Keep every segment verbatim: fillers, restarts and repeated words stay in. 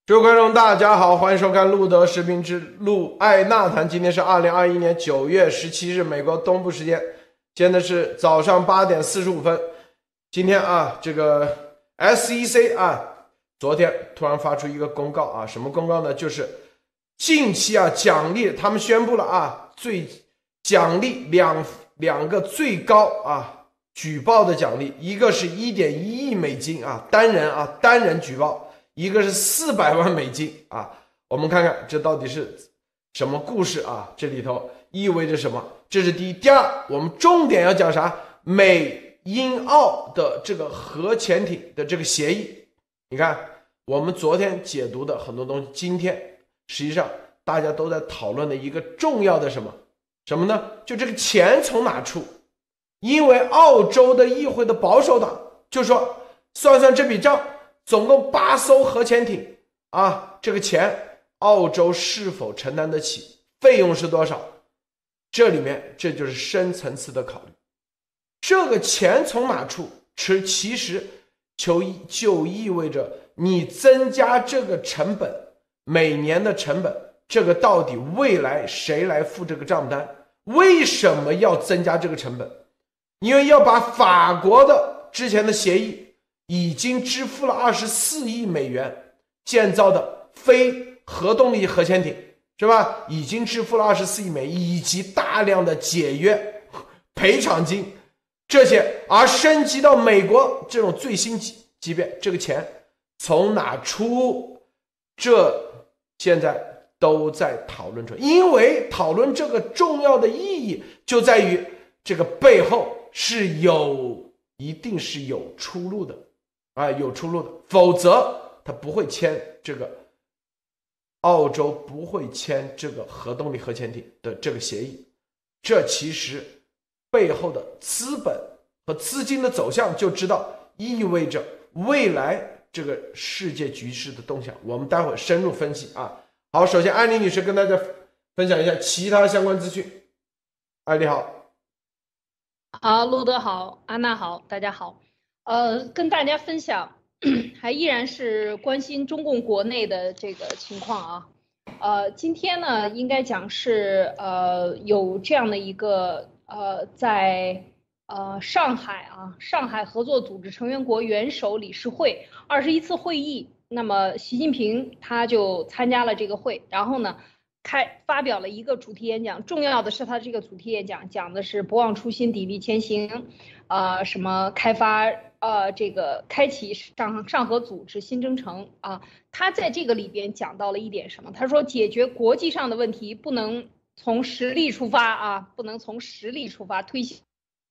诸位观众，大家好，欢迎收看路德视频之路爱纳谈。今天是二零二一年九月十七日，美国东部时间，现在是早上八点四十五分。今天啊，这个 S E C 啊，昨天突然发出一个公告啊，什么公告呢？就是近期啊，奖励他们宣布了啊，最奖励两两个最高啊举报的奖励，一个是一点一亿美金啊，单人啊单人举报。一个是四百万美金啊，我们看看这到底是什么故事啊？这里头意味着什么？这是第一。第二，我们重点要讲啥？美英澳的这个核潜艇的这个协议。你看，我们昨天解读的很多东西，今天实际上大家都在讨论的一个重要的什么什么呢？就这个钱从哪出？因为澳洲的议会的保守党就说，算算这笔账。总共八艘核潜艇啊，这个钱澳洲是否承担得起？费用是多少？这里面这就是深层次的考虑。这个钱从哪出？其实就就意味着你增加这个成本，每年的成本，这个到底未来谁来付这个账单？为什么要增加这个成本？因为要把法国的之前的协议已经支付了二十四亿美元建造的非核动力核潜艇，是吧？已经支付了二十四亿美元，以及大量的解约赔偿金这些，而升级到美国这种最新级别，这个钱从哪出？这现在都在讨论中，因为讨论这个重要的意义就在于这个背后是有一定是有出路的。啊，有出路的，否则他不会签这个，澳洲不会签这个核动力核潜艇的这个协议。这其实背后的资本和资金的走向就知道，意味着未来这个世界局势的动向。我们待会儿深入分析啊。好，首先艾丽女士跟大家分享一下其他相关资讯。艾丽好。 好，路德好，安娜好，大家好。呃，跟大家分享，还依然是关心中共国内的这个情况啊。呃，今天呢，应该讲是呃有这样的一个呃在呃上海啊，上海合作组织成员国元首理事会二十一次会议，那么习近平他就参加了这个会，然后呢。开发表了一个主题演讲，重要的是他这个主题演讲讲的是不忘初心，砥砺前行，呃，什么开发呃这个开启上上合组织新征程啊。他在这个里边讲到了一点什么？他说解决国际上的问题不能从实力出发啊，不能从实力出发推行。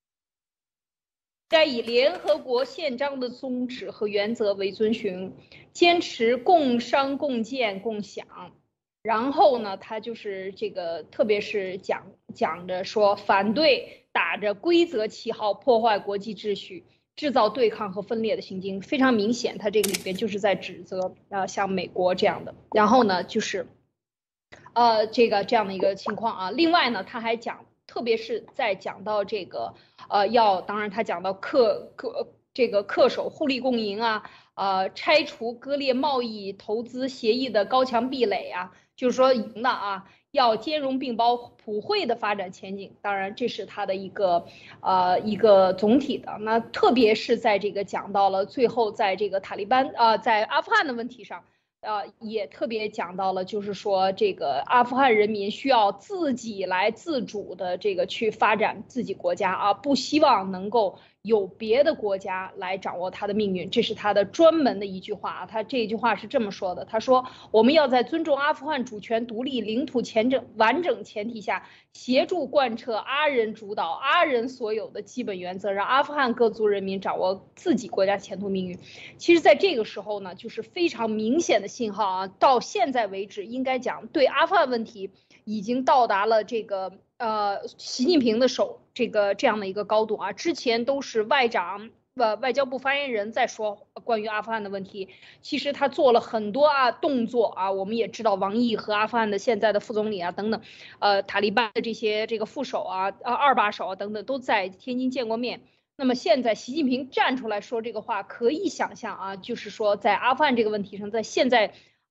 该以联合国宪章的宗旨和原则为遵循，坚持共商共建共享。然后呢，他就是这个，特别是讲讲着说，反对打着规则旗号破坏国际秩序、制造对抗和分裂的行径，非常明显，他这个里边就是在指责呃像美国这样的。然后呢，就是呃这个这样的一个情况啊。另外呢，他还讲，特别是在讲到这个呃要，当然他讲到恪恪这个恪守互利共赢啊，呃拆除割裂贸易投资协议的高墙壁垒啊。就是说赢的啊，要兼容并包普惠的发展前景。当然，这是他的一个呃一个总体的。那特别是在这个讲到了最后，在这个塔利班啊、呃，在阿富汗的问题上，呃，也特别讲到了，就是说这个阿富汗人民需要自己来自主的这个去发展自己国家啊，不希望能够有别的国家来掌握他的命运，这是他的专门的一句话啊。他这句话是这么说的：他说，我们要在尊重阿富汗主权、独立、领土前整完整前提下，协助贯彻阿人主导、阿人所有的基本原则，让阿富汗各族人民掌握自己国家前途命运。其实，在这个时候呢，就是非常明显的信号啊。到现在为止，应该讲对阿富汗问题已经到达了这个。呃，习近平的手这个这样的一个高度啊，之前都是外长呃外交部发言人在说关于阿富汗的问题，其实他做了很多啊动作啊，我们也知道王毅和阿富汗的现在的副总理啊等等，呃塔利班的这些这个副手啊啊二把手啊等等都在天津见过面。那么现在习近平站出来说这个话，可以想象啊，就是说在阿富汗这个问题上，在现在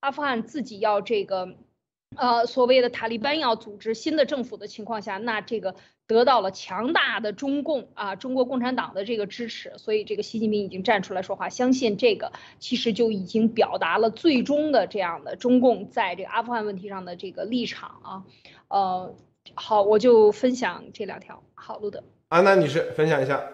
阿富汗自己要这个。呃，所谓的塔利班要组织新的政府的情况下，那这个得到了强大的中共啊，中国共产党的这个支持，所以这个习近平已经站出来说话，相信这个其实就已经表达了最终的这样的中共在这个阿富汗问题上的这个立场啊。呃，好，我就分享这两条。好，路德， 安娜女士分享一下。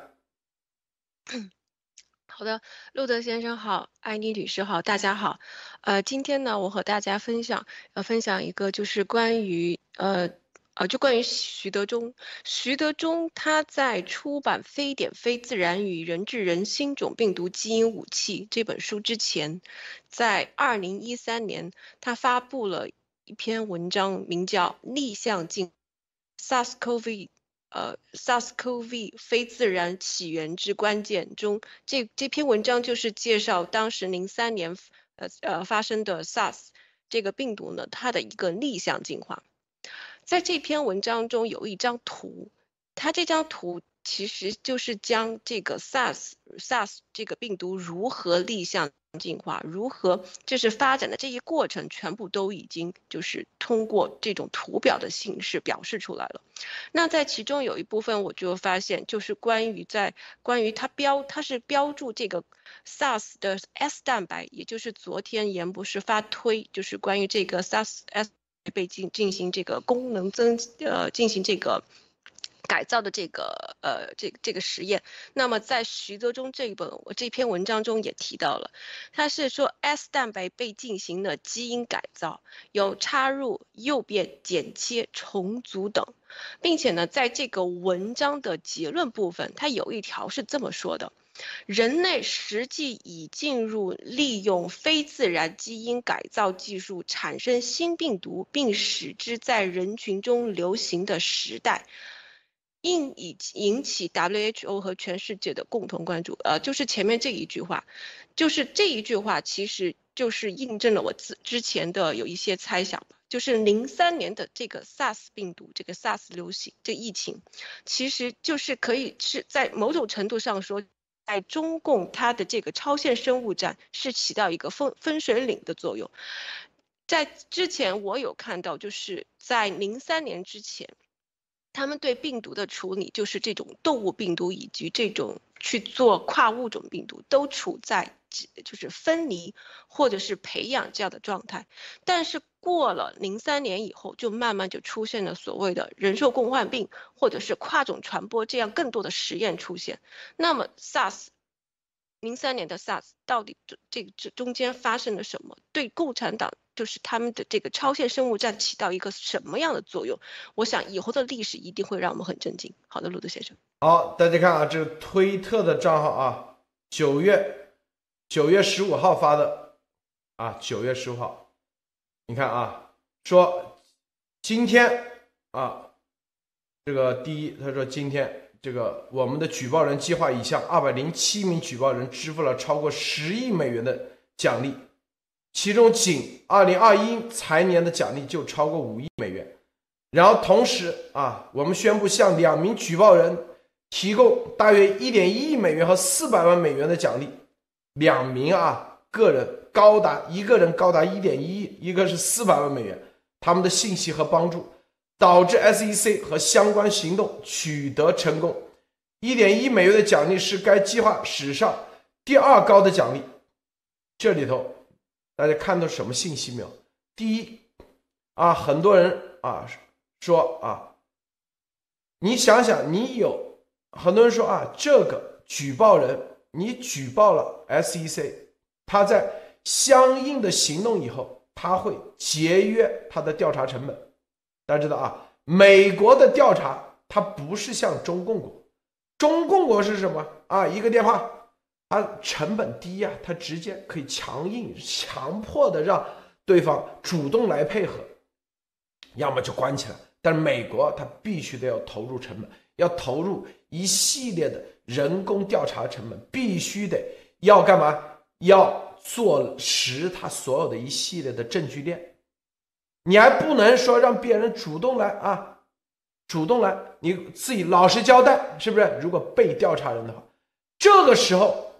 好的，路德先生好，艾妮女士好，大家好。呃，今天呢，我和大家分享，呃，分享一个就是关于呃呃，就关于徐德忠。徐德忠他在出版《非典非自然与人治人新种病毒基因武器》这本书之前，在二零一三年，他发布了一篇文章，名叫《逆向进 SARS-C o V 呃 SARS-C o V 非自然起源之关键中，这这篇文章就是介绍当时零三年呃呃发生的 SARS 这个病毒呢，它的一个逆向进化。在这篇文章中有一张图，它这张图其实就是将这个 SARS SARS 这个病毒如何逆向进化，如何就是发展的这一过程，全部都已经就是通过这种图表的形式表示出来了。那在其中有一部分我就发现，就是关于在关于它标它是标注这个 SARS 的 S 蛋白，也就是昨天严博士发推，就是关于这个 SARS S 被进进行这个功能增呃进行这个改造的这个呃这这个实验。那么在徐德忠这一本这篇文章中也提到了，他是说 S 蛋白被进行了基因改造，有插入、诱变、剪切、重组等，并且呢，在这个文章的结论部分，它有一条是这么说的：人类实际已进入利用非自然基因改造技术产生新病毒，并使之在人群中流行的时代。应以引起 W H O 和全世界的共同关注。呃，就是前面这一句话，就是这一句话，其实就是印证了我之之前的有一些猜想吧。就是零三年的这个 SARS 病毒，这个 SARS 流行，这疫情，其实就是可以是在某种程度上说，在中共它的这个超限生物战是起到一个分分水岭的作用。在之前我有看到，就是在零三年之前。他们对病毒的处理，就是这种动物病毒以及这种去做跨物种病毒，都处在就是分离或者是培养这样的状态。但是过了零三年以后，就慢慢就出现了所谓的人兽共患病或者是跨种传播这样更多的实验出现。那么 SARS。零三年的 SARS 到底这个这中间发生了什么？对共产党就是他们的这个超限生物战起到一个什么样的作用？我想以后的历史一定会让我们很震惊。好的，路德先生。 好，大家看啊，这个推特的账号啊，九月九月十五号发的啊，九月十五号，你看啊，说今天啊，这个第一，他说今天。这个我们的举报人计划已向二百零七名举报人支付了超过十亿美元的奖励，其中仅二零二一财年的奖励就超过五亿美元。然后同时啊，我们宣布向两名举报人提供大约一点一亿美元和四百万美元的奖励，两名啊个人高达一个人高达一点一亿，一个是四百万美元，他们的信息和帮助。导致 S E C 和相关行动取得成功。一点一美元的奖励是该计划史上第二高的奖励。这里头大家看到什么信息没有？第一啊，很多人啊说啊，你想想，你有很多人说啊，这个举报人你举报了 S E C， 他在相应的行动以后，他会节约他的调查成本。大家知道啊，美国的调查它不是像中共国，中共国是什么啊？一个电话，它成本低呀、啊，它直接可以强硬、强迫的让对方主动来配合，要么就关起来。但是美国它必须得要投入成本，要投入一系列的人工调查成本，必须得要干嘛？要做实它所有的一系列的证据链。你还不能说让别人主动来啊，主动来，你自己老实交代，是不是？如果被调查人的话，这个时候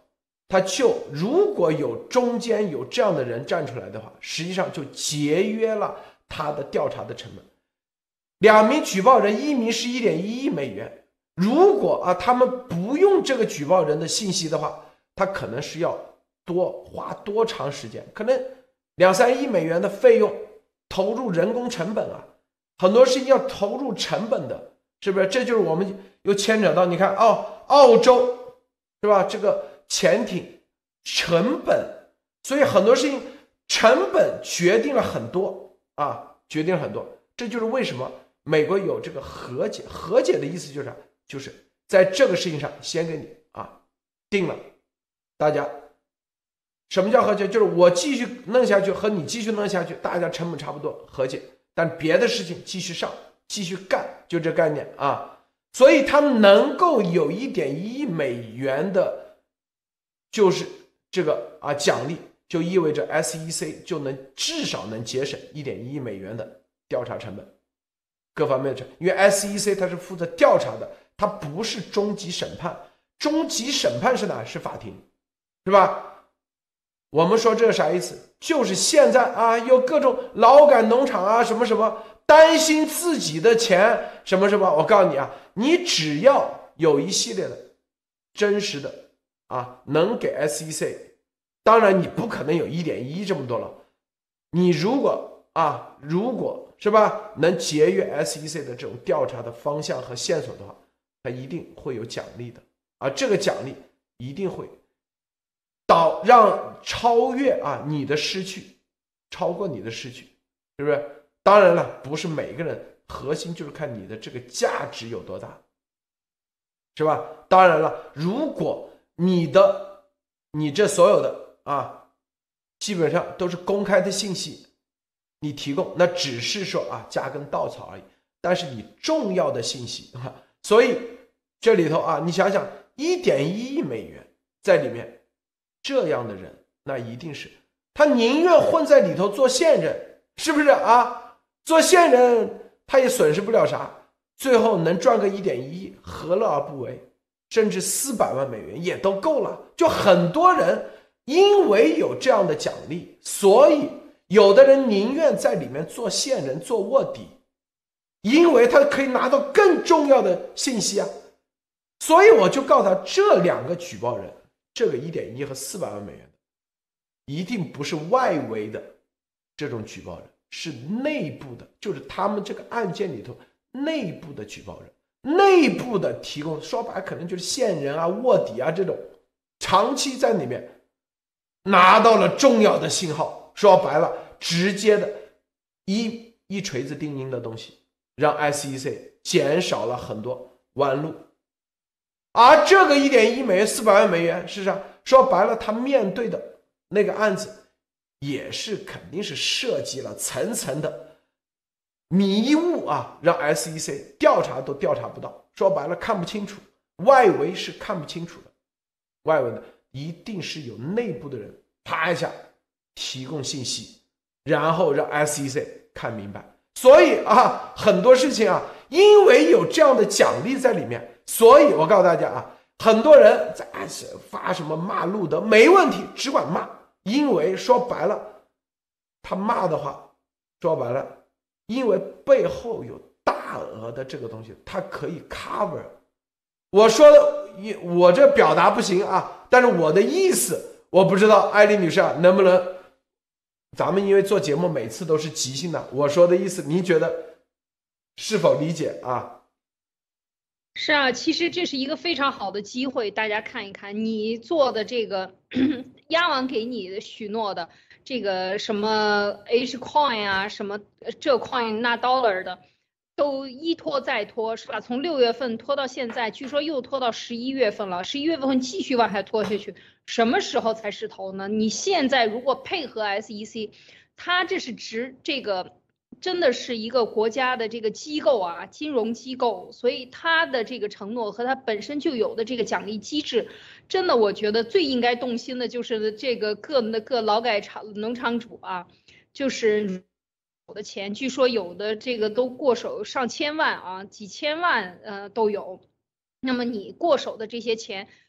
他就如果有中间有这样的人站出来的话，实际上就节约了他的调查的成本。两名举报人，一名是 一点一亿美元，如果啊他们不用这个举报人的信息的话，他可能是要多花多长时间，可能两三亿美元的费用投入人工成本啊，很多事情要投入成本的，是不是？这就是我们又牵扯到，你看澳澳洲是吧？这个潜艇成本，所以很多事情成本决定了很多啊，决定了很多。这就是为什么美国有这个和解，和解的意思就是啥？就是在这个事情上先给你啊定了，大家什么叫和解？就是我继续弄下去和你继续弄下去，大家成本差不多，和解，但别的事情继续上，继续干，就这概念啊。所以他们能够有 一点一亿美元的就是这个啊奖励，就意味着 S E C 就能至少能节省 一点一亿美元的调查成本，各方面的，因为 S E C 它是负责调查的，它不是终极审判，终极审判是哪？是法庭，是吧？我们说这个啥意思？就是现在啊，有各种劳改农场啊，什么什么，担心自己的钱，什么什么。我告诉你啊，你只要有一系列的真实的啊，能给 S E C， 当然你不可能有 一点一 这么多了。你如果啊，如果是吧，能节约 S E C 的这种调查的方向和线索的话，它一定会有奖励的啊，这个奖励一定会导让超越啊你的失去，超过你的失去，是不是？当然了，不是每个人，核心就是看你的这个价值有多大，是吧？当然了，如果你的你这所有的啊，基本上都是公开的信息，你提供，那只是说啊加根稻草而已。但是你重要的信息啊，所以这里头啊，你想想 一点一亿美元在里面，这样的人那一定是他宁愿混在里头做线人，是不是啊？做线人他也损失不了啥，最后能赚个 一点一亿，何乐而不为？甚至四百万美元也都够了。就很多人因为有这样的奖励，所以有的人宁愿在里面做线人做卧底，因为他可以拿到更重要的信息啊。所以我就告诉他，这两个举报人，这个 一点一 和四百万美元一定不是外围的这种举报人，是内部的，就是他们这个案件里头内部的举报人，内部的提供，说白了可能就是线人啊、卧底啊这种，长期在里面拿到了重要的信号，说白了直接的一一锤子定音的东西，让 S E C 减少了很多弯路。而这个 一点一美元四百万美元是啥？说白了他面对的那个案子也是肯定是涉及了层层的迷雾啊，让 S E C 调查都调查不到，说白了看不清楚，外围是看不清楚的，外围的一定是有内部的人啪一下提供信息，然后让 S E C 看明白。所以啊，很多事情啊，因为有这样的奖励在里面，所以我告诉大家啊，很多人在发什么骂路德没问题，只管骂，因为说白了，他骂的话，说白了，因为背后有大额的这个东西，它可以 cover。我说的，我这表达不行啊，但是我的意思，我不知道艾丽女士啊能不能，咱们因为做节目每次都是即兴的，我说的意思，你觉得是否理解啊？ 是啊，其实这是一个非常好的机会，大家看一看你做的这个央行给你的许诺的这个什么 H coin 啊，什么这 coin 那 dollar 的，都一拖再拖，是吧？从六月份拖到现在，据说又拖到十一月份了，十一月份继续往下拖下去，什么时候才是头呢？你现在如果配合 S E C， 它这是值这个。真的是一个国家的这个机构啊，金融机构，所以它的这个承诺和它本身就有的这个奖励机制，真的我觉得最应该动心的就是这个各的各劳改场农场主啊，就是有的钱，据说有的这个都过手上千万啊，几千万呃都有。那么你过手的这些钱，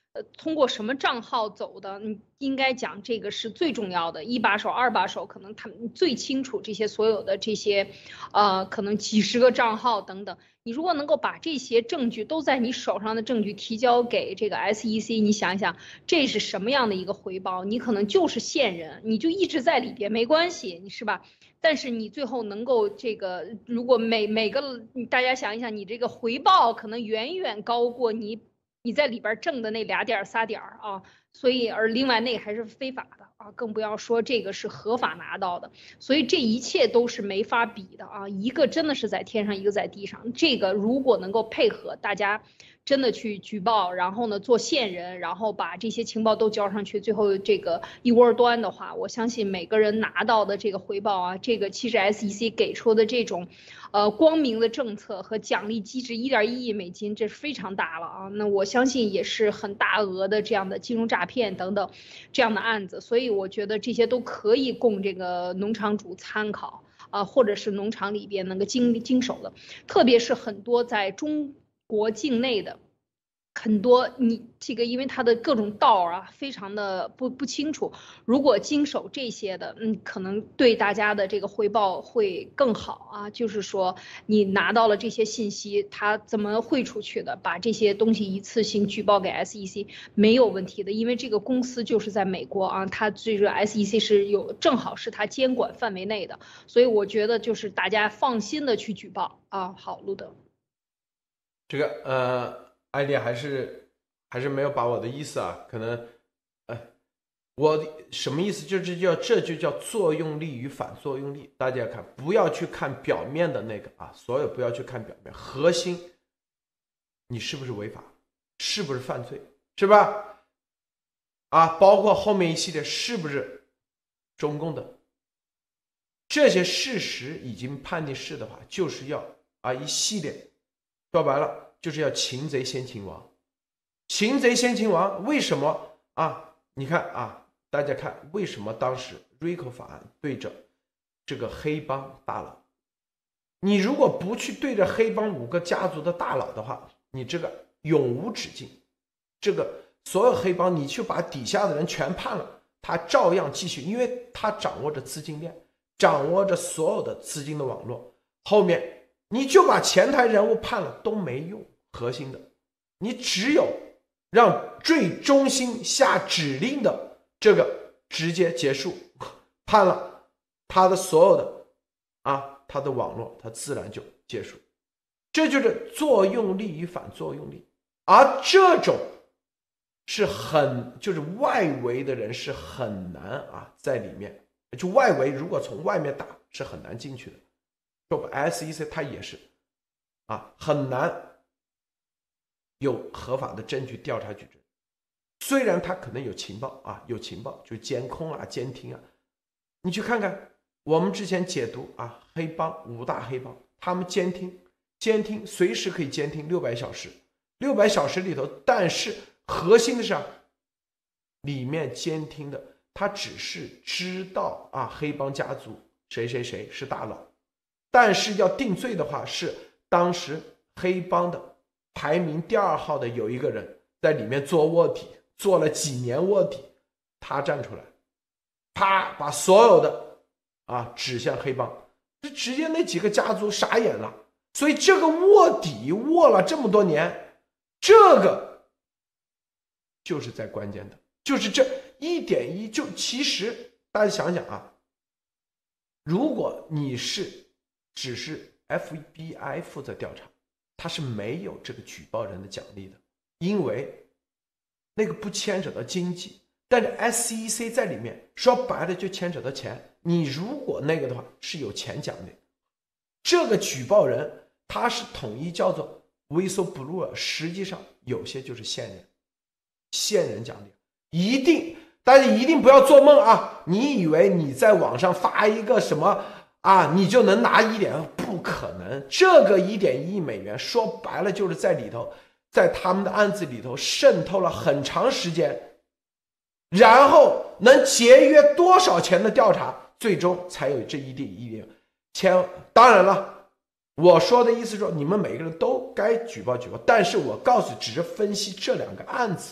呃，通过什么账号走的？你应该讲这个是最重要的，一把手、二把手可能他们最清楚这些所有的这些，呃，可能几十个账号等等。你如果能够把这些证据都在你手上的证据提交给这个 S E C， 你想一想这是什么样的一个回报？你可能就是线人，你就一直在里边没关系，你是吧？但是你最后能够这个，如果每每个大家想一想，你这个回报可能远远高过你。你在里边挣的那俩点仨点啊，所以而另外那还是非法的啊，更不要说这个是合法拿到的，所以这一切都是没法比的啊，一个真的是在天上，一个在地上。这个如果能够配合大家真的去举报，然后呢做线人，然后把这些情报都交上去，最后这个一窝端的话，我相信每个人拿到的这个回报啊，这个其实 S E C 给出的这种。呃，光明的政策和奖励机制一点一亿美金，这是非常大了啊！那我相信也是很大额的这样的金融诈骗等等这样的案子，所以我觉得这些都可以供这个农场主参考啊，或者是农场里边能够经经手的，特别是很多在中国境内的。很多你这个，因为它的各种道啊，非常的不不清楚。如果经手这些的，嗯，可能对大家的这个回报会更好啊。就是说，你拿到了这些信息，它怎么汇出去的，把这些东西一次性举报给 S E C 没有问题的，因为这个公司就是在美国啊，它这个 S E C 是有正好是它监管范围内的，所以我觉得就是大家放心的去举报啊。好，路德， 这个呃。艾丽还是还是没有把我的意思啊，可能，呃，我什么意思？就是叫这就叫作用力与反作用力。大家看，不要去看表面的那个啊，所有不要去看表面，核心，你是不是违法，是不是犯罪，是吧？啊，包括后面一系列是不是中共的，这些事实已经判定是的话，就是要啊一系列，说白了。就是要擒贼先擒王，擒贼先擒王，为什么啊？你看啊，大家看为什么当时 R I C O 法案对着这个黑帮大佬，你如果不去对着黑帮五个家族的大佬的话，你这个永无止境。这个所有黑帮，你去把底下的人全判了，他照样继续，因为他掌握着资金链，掌握着所有的资金的网络，后面你就把前台人物判了都没用。核心的，你只有让最中心下指令的这个直接结束，判了他的所有的啊，他的网络，他自然就结束。这就是作用力与反作用力，而这种是很就是外围的人是很难啊在里面，就外围如果从外面打是很难进去的。说 S E C 它也是啊，很难。有合法的证据调查举证，虽然他可能有情报啊，有情报就是监控啊、监听啊，你去看看我们之前解读啊，黑帮五大黑帮，他们监听监听随时可以监听六百小时，六百小时里头，但是核心的是啊，里面监听的他只是知道啊，黑帮家族谁谁谁是大佬，但是要定罪的话是当时黑帮的。排名第二号的有一个人在里面做卧底，做了几年卧底，他站出来，啪把所有的啊指向黑帮，这直接那几个家族傻眼了。所以这个卧底卧了这么多年，这个就是在关键的，就是这一点一就其实大家想想啊，如果你是只是 F B I 负责调查。他是没有这个举报人的奖励的，因为那个不牵扯到经济，但是 S E C 在里面说白了就牵扯到钱，你如果那个的话是有钱奖励。这个举报人他是统一叫做 whistleblower， 实际上有些就是线人，线人奖励，一定大家一定不要做梦啊！你以为你在网上发一个什么啊，你就能拿一点？不可能！这个一点一亿美元，说白了就是在里头，在他们的案子里头渗透了很长时间，然后能节约多少钱的调查，最终才有这一点一点千。当然了，我说的意思说，你们每个人都该举报举报，但是我告诉，只是分析这两个案子，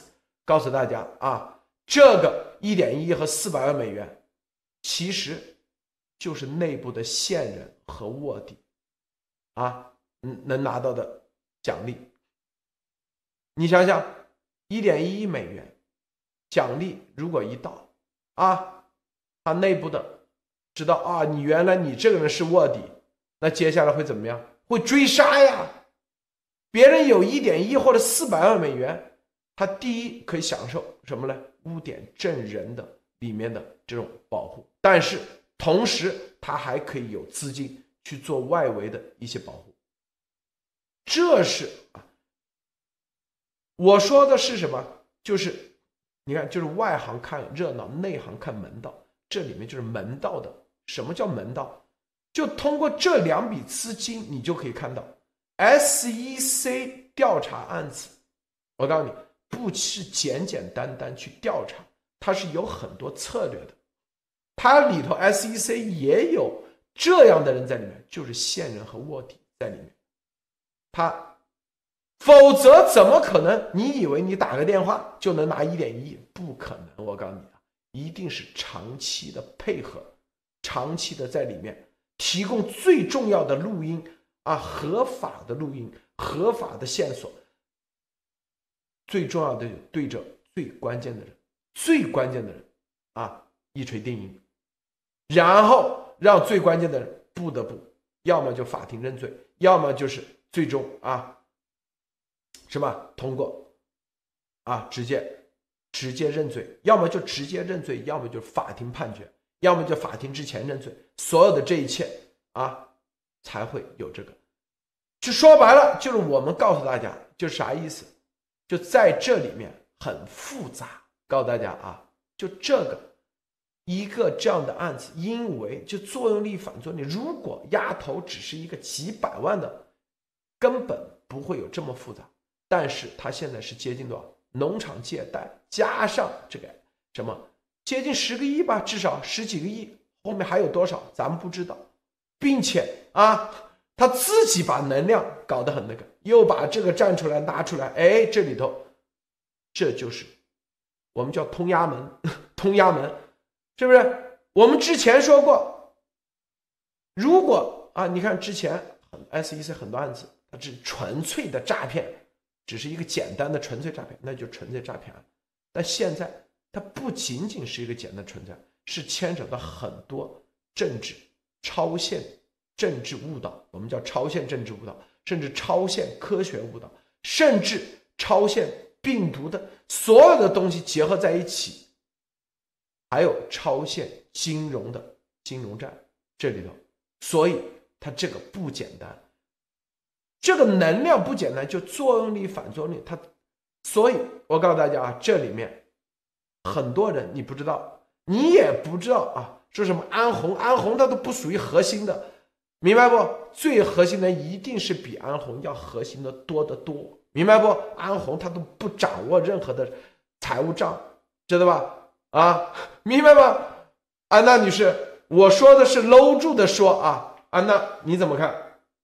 告诉大家啊，这个一点一亿和四百万美元，其实就是内部的线人和卧底啊，能拿到的奖励。你想想，一点一亿美元奖励如果一到啊，他内部的知道啊，你原来你这个人是卧底，那接下来会怎么样？会追杀呀！别人有一点一或者四百万美元，他第一可以享受什么呢？污点证人的里面的这种保护，但是同时他还可以有资金去做外围的一些保护。这是我说的是什么？就是你看，就是外行看热闹，内行看门道。这里面就是门道的。什么叫门道？就通过这两笔资金，你就可以看到 S E C 调查案子。我告诉你，不是简简单单去调查，它是有很多策略的。它里头 S E C 也有这样的人在里面，就是线人和卧底在里面。他否则怎么可能？你以为你打个电话就能拿一点一亿？不可能！我告诉你啊，一定是长期的配合，长期的在里面提供最重要的录音啊，合法的录音，合法的线索。最重要的对着最关键的人，最关键的人啊，一锤定音，然后让最关键的人不得不，要么就法庭认罪，要么就是最终啊。是吧？通过啊，直接直接认罪，要么就直接认罪，要么就法庭判决，要么就法庭之前认罪，所有的这一切啊，才会有这个。就说白了，就是我们告诉大家，就是啥意思？就在这里面很复杂，告诉大家啊，就这个一个这样的案子，因为就作用力反作用力，如果压头只是一个几百万的，根本不会有这么复杂。但是它现在是接近多少？农场借贷加上这个什么，接近十个亿吧，至少十几个亿，后面还有多少咱们不知道，并且啊，他自己把能量搞得很那个，又把这个站出来拿出来，哎，这里头，这就是我们叫通压门，通压门，是不是？我们之前说过，如果啊，你看之前 S E C 很多案子，它是纯粹的诈骗。只是一个简单的纯粹诈骗，那就纯粹诈骗案。但现在它不仅仅是一个简单纯粹，是牵扯到很多政治超限政治误导，我们叫超限政治误导，甚至超限科学误导，甚至超限病毒的所有的东西结合在一起，还有超限金融的金融战这里头，所以它这个不简单。这个能量不简单，就作用力反作用力，它，所以我告诉大家啊，这里面很多人你不知道，你也不知道啊，说什么安红，安红它都不属于核心的，明白不？最核心的一定是比安红要核心的多得多，明白不？安红它都不掌握任何的财务账，知道吧？啊，明白吗？安娜女士，我说的是搂住的说啊，安娜你怎么看？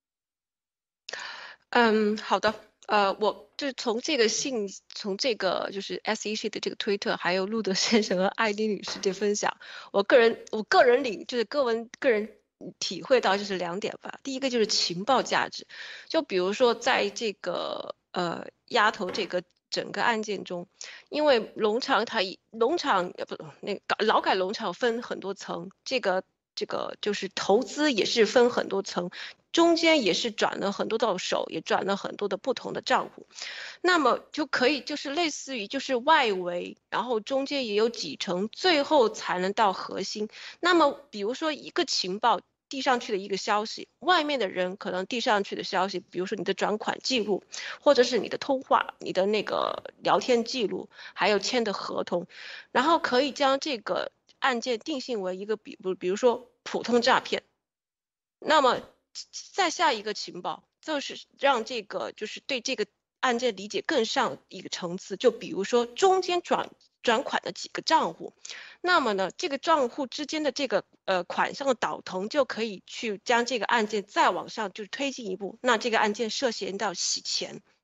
嗯，好的，呃，我就从这个信，从这个就是 S E C 的这个推特，还有路德先生和艾迪女士的分享，我个人我个人领就是个人个人体会到就是两点吧。第一个就是情报价值，就比如说在这个呃丫头这个整个案件中，因为农场它农场呃不那个劳改农场分很多层，这个这个就是投资也是分很多层。中间也是转了很多到手，也转了很多的不同的账户，那么就可以就是类似于就是外围，然后中间也有几层，最后才能到核心。那么比如说一个情报递上去的一个消息，外面的人可能递上去的消息，比如说你的转款记录，或者是你的通话、你的那个聊天记录，还有签的合同，然后可以将这个案件定性为一个比比如说普通诈骗，那么再下一个情报就是让这个就是对这个案件理解更上一个层次，就比如说中间转转款的几个账户，那么呢这个账户之间的这个呃款项的导通就可以去将这个案件再往上就推进一步，那这个案件涉嫌到洗钱。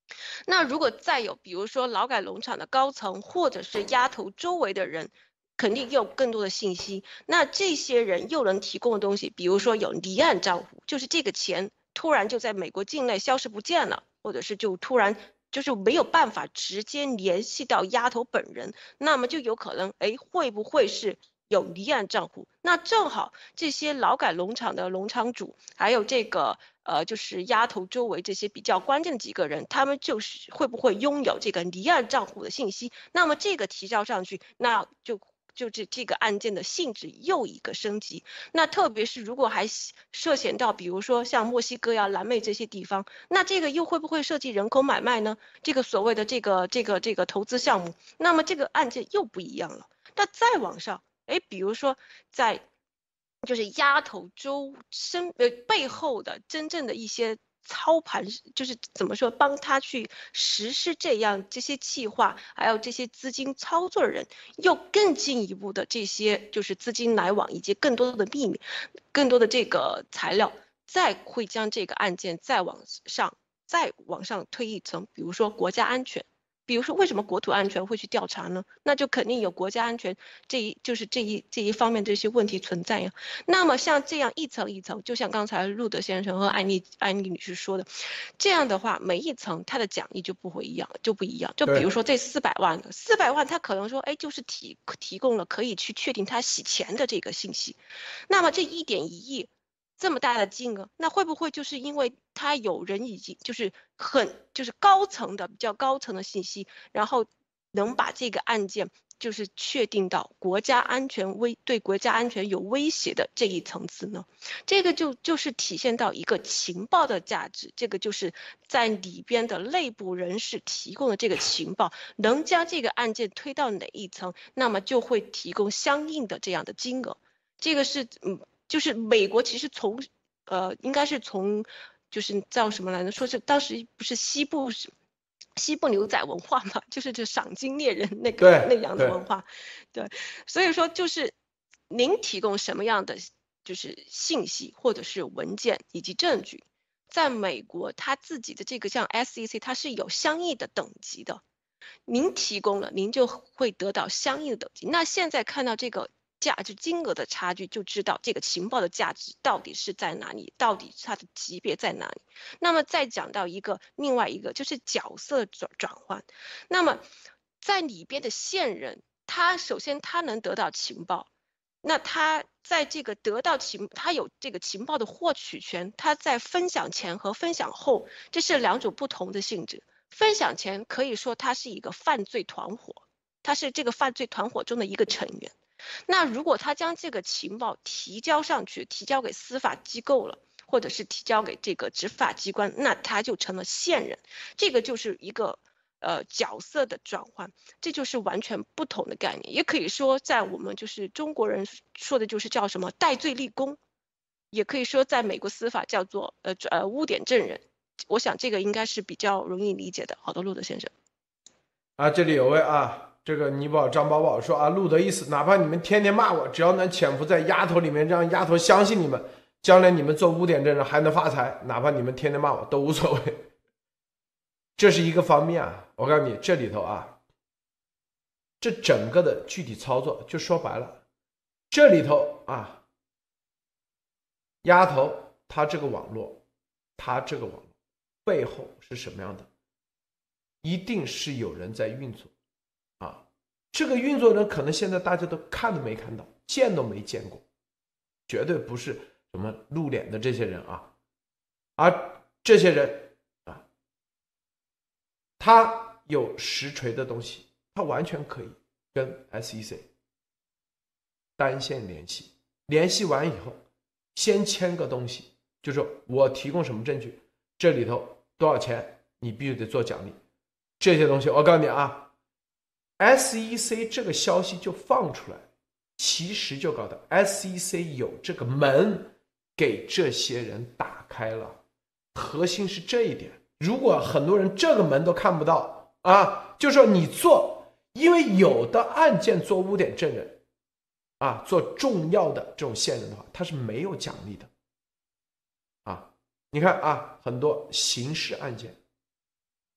那如果再有比如说劳改农场的高层或者是丫头周围的人，肯定有更多的信息，那这些人又能提供的东西，比如说有离岸账户，就是这个钱突然就在美国境内消失不见了，或者是就突然就是没有办法直接联系到丫头本人，那么就有可能，哎，会不会是有离岸账户？那正好这些劳改农场的农场主，还有这个呃，就是丫头周围这些比较关键的几个人，他们就是会不会拥有这个离岸账户的信息？那么这个提交上去，那就。就这这个案件的性质又一个升级，那特别是如果还涉嫌到，比如说像墨西哥呀、南美这些地方，那这个又会不会涉及人口买卖呢？这个所谓的这个这个这个投资项目，那么这个案件又不一样了。那再往上，哎，比如说在就是丫头周身呃背后的真正的一些。操盘就是怎么说，帮他去实施这样这些计划，还有这些资金操作的人，又更进一步的这些就是资金来往以及更多的秘密，更多的这个材料，再会将这个案件再往上再往上推一层，比如说国家安全。比如说，为什么国土安全会去调查呢？那就肯定有国家安全这一就是这一这一方面这些问题存在呀。那么像这样一层一层，就像刚才路德先生和安妮安妮女士说的，这样的话，每一层它的奖励就不会一样，就不一样。就比如说这四百万的，四百万他可能说，哎，就是提提供了可以去确定他洗钱的这个信息。那么这一点一亿。这么大的金额，那会不会就是因为他有人已经就是很就是高层的比较高层的信息，然后能把这个案件就是确定到国家安全威对国家安全有威胁的这一层次呢？这个就就是体现到一个情报的价值，这个就是在里边的内部人士提供的这个情报，能将这个案件推到哪一层，那么就会提供相应的这样的金额。这个是嗯。就是美国其实从，呃，应该是从，就是叫什么来着？说是当时不是西部西部牛仔文化嘛，就是这赏金猎人那个那样的文化，对，所以说就是您提供什么样的就是信息或者是文件以及证据，在美国它自己的这个像 S E C 它是有相应的等级的，您提供了，您就会得到相应的等级。那现在看到这个。价值金额的差距，就知道这个情报的价值到底是在哪里，到底它的级别在哪里。那么再讲到一个另外一个就是角色转转换。那么在里边的线人，他首先他能得到情报，那他在这个得到情，他有这个情报的获取权，他在分享前和分享后，这是两种不同的性质。分享前可以说他是一个犯罪团伙，他是这个犯罪团伙中的一个成员。那如果他将这个情报提交上去，提交给司法机构了，或者是提交给这个执法机关，那他就成了线人。这个就是一个呃角色的转换，这就是完全不同的概念。也可以说，在我们就是中国人说的就是叫什么戴罪立功，也可以说在美国司法叫做呃呃污点证人。我想这个应该是比较容易理解的。好的，路德先生。 啊，这里有位啊。这个尼宝张宝宝说啊，路德意思，哪怕你们天天骂我，只要能潜伏在丫头里面，让丫头相信你们，将来你们做污点证人还能发财，哪怕你们天天骂我都无所谓。这是一个方面啊，我告诉你，这里头啊，这整个的具体操作就说白了，这里头啊，丫头他这个网络，他这个网络背后是什么样的？一定是有人在运作。啊，这个运作人可能现在大家都看都没看到，见都没见过，绝对不是什么露脸的这些人啊，而这些人啊，他有实锤的东西，他完全可以跟 S E C 单线联系，联系完以后，先签个东西，就是我提供什么证据，这里头多少钱，你必须得做奖励，这些东西我告诉你啊。S E C 这个消息就放出来，其实就搞的 S E C 有这个门给这些人打开了，核心是这一点。如果很多人这个门都看不到啊，就说你做，因为有的案件做污点证人啊，做重要的这种线人的话，他是没有奖励的啊。你看啊，很多刑事案件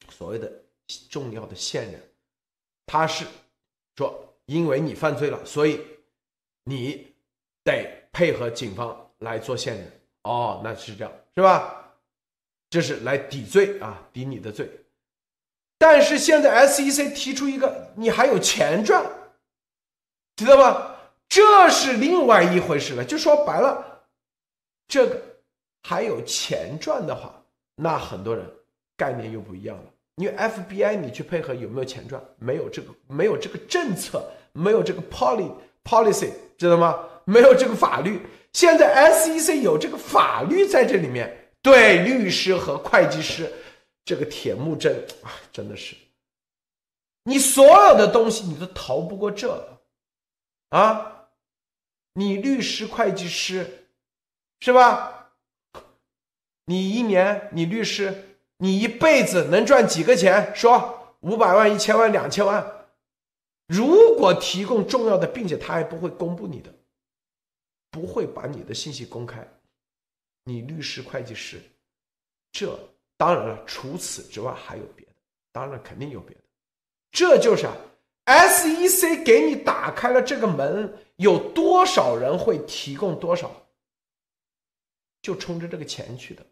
所谓的重要的线人，他是说因为你犯罪了，所以你得配合警方来做线人。哦，那是这样，是吧？这是来抵罪啊，抵你的罪。但是现在 S E C 提出一个，你还有钱赚，知道吧？这是另外一回事了。就说白了，这个还有钱赚的话，那很多人概念又不一样了。因为 F B I 你去配合有没有钱赚？没有这个，没有这个政策，没有这个 policy policy， 知道吗？没有这个法律。现在 S E C 有这个法律在这里面，对律师和会计师这个铁木真，真的是你所有的东西你都逃不过这个啊！你律师会计师是吧？你一年你律师你一辈子能赚几个钱？说五百万、一千万、两千万，如果提供重要的，并且他还不会公布你的，不会把你的信息公开，你律师会计师，这当然了，除此之外还有别的，当然肯定有别的。这就是啊 S E C 给你打开了这个门，有多少人会提供多少，就冲着这个钱去的。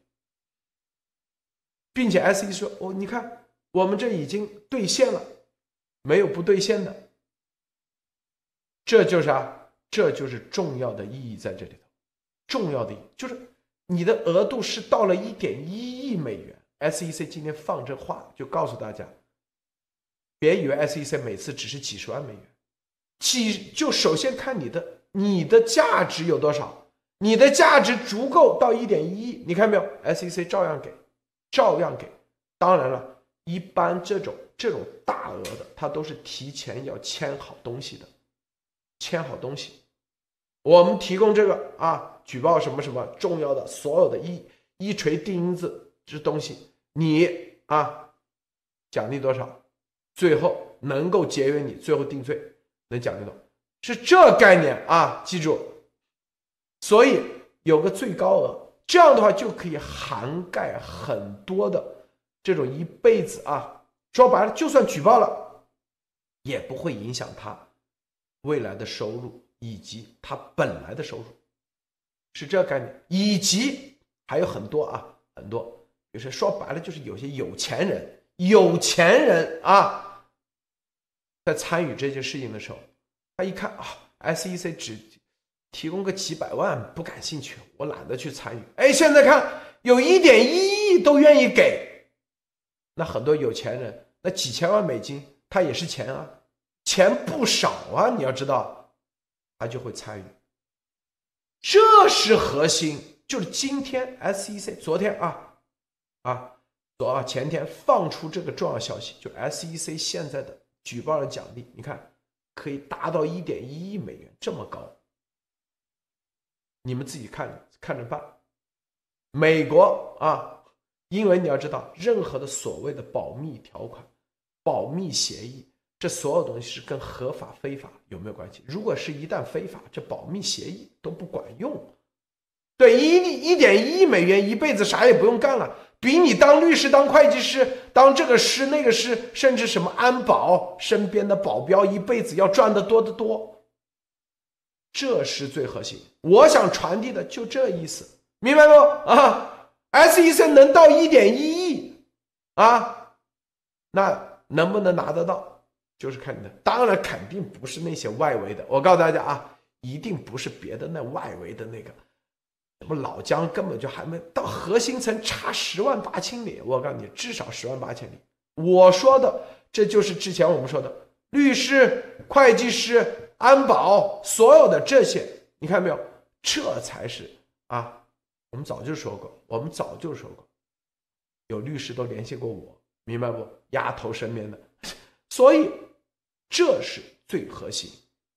并且 S E C 说，哦，你看我们这已经兑现了，没有不兑现的。这就是啊，这就是重要的意义在这里头。重要的意义就是你的额度是到了 一点一亿美元。 S E C 今天放这话就告诉大家，别以为 S E C 每次只是几十万美元，几就首先看你的你的价值有多少，你的价值足够到 一点一亿，你看没有， S E C 照样给照样给。当然了，一般这种这种大额的它都是提前要签好东西的，签好东西，我们提供这个啊，举报什么什么重要的所有的一一锤定音字这东西，你啊奖励多少，最后能够节约你，最后定罪能奖励多少，是这概念啊，记住。所以有个最高额，这样的话就可以涵盖很多的这种一辈子啊，说白了就算举报了也不会影响他未来的收入以及他本来的收入，是这个概念。以及还有很多啊，很多就是说白了就是有些有钱人有钱人啊，在参与这些事情的时候，他一看啊 S E C 只提供个几百万，不感兴趣，我懒得去参与。哎，现在看有 一点一亿都愿意给，那很多有钱人那几千万美金他也是钱啊，钱不少啊，你要知道，他就会参与。这是核心，就是今天 S E C 昨天啊啊昨啊前天放出这个重要消息，就 S E C 现在的举报人奖励，你看可以达到 一点一亿美元，这么高，你们自己看看着办。美国啊，因为你要知道，任何的所谓的保密条款、保密协议，这所有东西是跟合法非法有没有关系？如果是一旦非法，这保密协议都不管用。对，一一点一亿美元，一辈子啥也不用干了，比你当律师、当会计师、当这个师那个师，甚至什么安保身边的保镖，一辈子要赚得多得多。这是最核心，我想传递的就这意思，明白不啊 ？S E C 能到 一点一亿啊，那能不能拿得到，就是看你的。当然，肯定不是那些外围的。我告诉大家啊，一定不是别的那外围的那个。什么老姜根本就还没到核心层，差十万八千里。我告诉你，至少十万八千里。我说的这就是之前我们说的律师、会计师、安保，所有的这些，你看没有？这才是啊！我们早就说过，我们早就说过，有律师都联系过我，明白不？丫头身边的，所以这是最核心。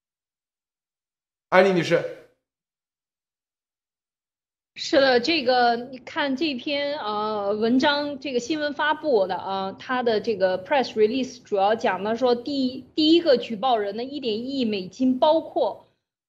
安丽女士。 是的，这个你看这篇呃文章，这个新闻发布的啊，它的这个 press release 主要讲的说第一第一个举报人的 一点一亿美金，包括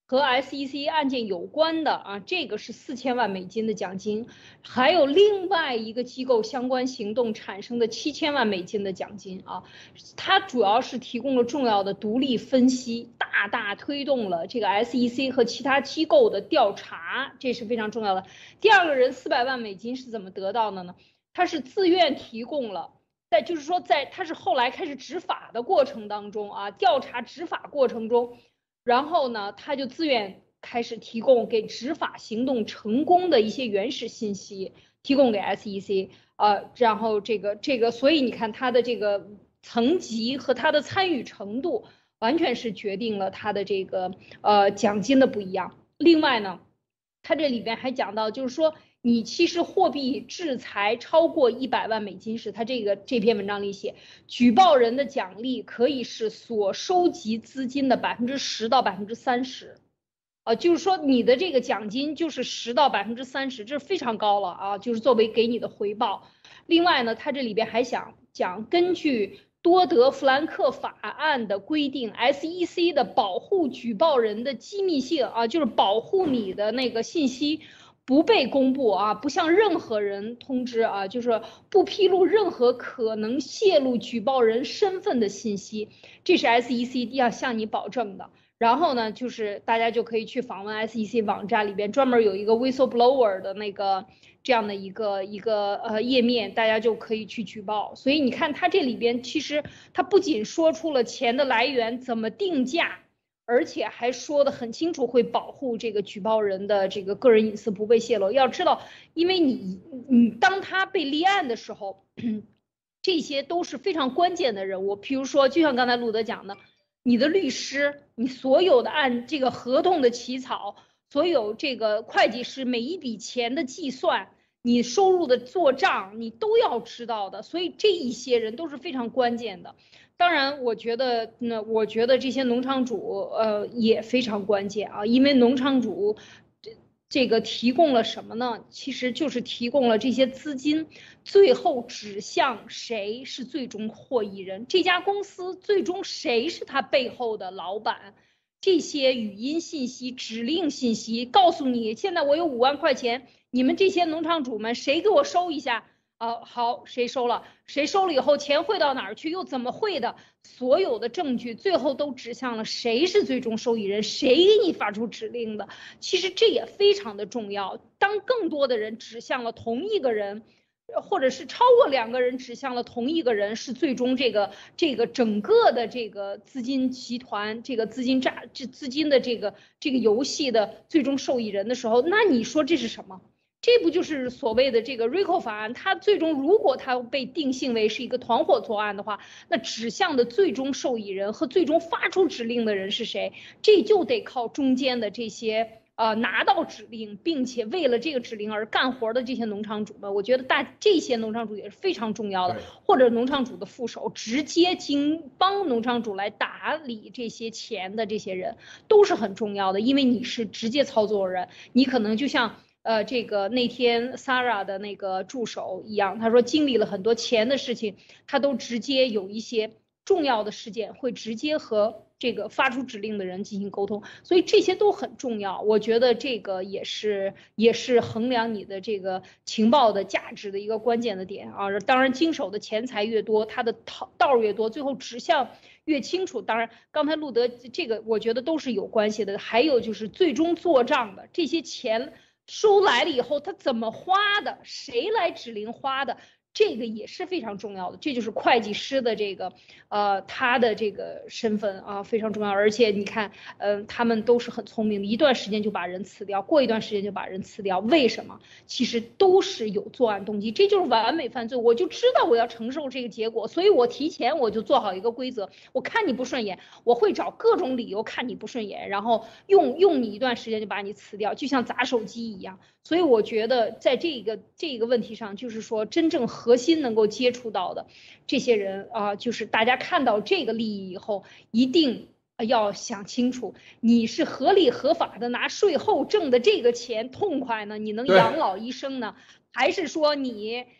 和 S E C 案件有关的啊，这个是四千万美金的奖金，还有另外一个机构相关行动产生的七千万美金的奖金啊，它主要是提供了重要的独立分析，大大推动了这个 S E C 和其他机构的调查，这是非常重要的。第二个人四百万美金是怎么得到的呢？他是自愿提供了。在就是说在，在他是后来开始执法的过程当中啊，调查执法过程中，然后呢，他就自愿开始提供给执法行动成功的一些原始信息，提供给 S E C 啊、呃，然后这个这个，所以你看他的这个层级和他的参与程度，完全是决定了他的这个呃奖金的不一样。另外呢，他这里边还讲到，就是说。你其实货币制裁超过一百万美金时，他这个这篇文章里写，举报人的奖励可以是所收集资金的百分之十到百分之三十，呃，就是说你的这个奖金就是十到百分之三十，这是非常高了啊，就是作为给你的回报。另外呢，他这里边还想讲，根据多德弗兰克法案的规定 ，S E C 的保护举报人的机密性啊，就是保护你的那个信息。不被公布啊，不向任何人通知啊，就是不披露任何可能泄露举报人身份的信息，这是 S E C 要向你保证的。然后呢，就是大家就可以去访问 S E C 网站里边，专门有一个 whistleblower 的那个这样的一个一个呃页面，大家就可以去举报。所以你看，它这里边其实它不仅说出了钱的来源怎么定价。而且还说得很清楚，会保护这个举报人的这个个人隐私不被泄露。要知道，因为你你当他被立案的时候，这些都是非常关键的人物。譬如说，就像刚才路德讲的，你的律师，你所有的按这个合同的起草，所有这个会计师每一笔钱的计算，你收入的做账，你都要知道的。所以这一些人都是非常关键的。当然，我觉得，那我觉得这些农场主，呃，也非常关键啊，因为农场主，这这个提供了什么呢？其实就是提供了这些资金，最后指向谁是最终获益人，这家公司最终谁是他背后的老板，这些语音信息、指令信息告诉你，现在我有五万块钱，你们这些农场主们，谁给我收一下？啊，好，谁收了？谁收了以后，钱汇到哪儿去？又怎么汇的？所有的证据最后都指向了谁是最终受益人，谁给你发出指令的？其实这也非常的重要。当更多的人指向了同一个人，或者是超过两个人指向了同一个人，是最终这个这个整个的这个资金集团、这个资金诈、这资金的这个这个游戏的最终受益人的时候，那你说这是什么？这不就是所谓的这个 RICO 法案？它最终如果它被定性为是一个团伙作案的话，那指向的最终受益人和最终发出指令的人是谁？这就得靠中间的这些呃拿到指令，并且为了这个指令而干活的这些农场主们。我觉得大这些农场主也是非常重要的，或者农场主的副手，直接经帮农场主来打理这些钱的这些人都是很重要的，因为你是直接操作人，你可能就像。呃，这个那天 Sarah 的那个助手一样，他说经历了很多钱的事情，他都直接有一些重要的事件会直接和这个发出指令的人进行沟通，所以这些都很重要。我觉得这个也是也是衡量你的这个情报的价值的一个关键的点啊。当然，经手的钱财越多，他的道越多，最后指向越清楚。当然，刚才路德这个我觉得都是有关系的。还有就是最终做账的这些钱。收来了以后，他怎么花的？谁来指令花的？这个也是非常重要的。这就是会计师的这个，呃，他的这个身份啊，非常重要。而且你看，嗯、呃，他们都是很聪明的，一段时间就把人辞掉，过一段时间就把人辞掉。为什么？其实都是有作案动机，这就是完美犯罪。我就知道我要承受这个结果，所以我提前我就做好一个规则。我看你不顺眼，我会找各种理由看你不顺眼，然后用用你一段时间就把你辞掉，就像砸手机一样。所以我觉得在这个这个问题上，就是说真正核心能够接触到的这些人啊，就是大家看到这个利益以后，一定要想清楚，你是合理合法的拿税后挣的这个钱痛快呢，你能养老一生呢，还是说你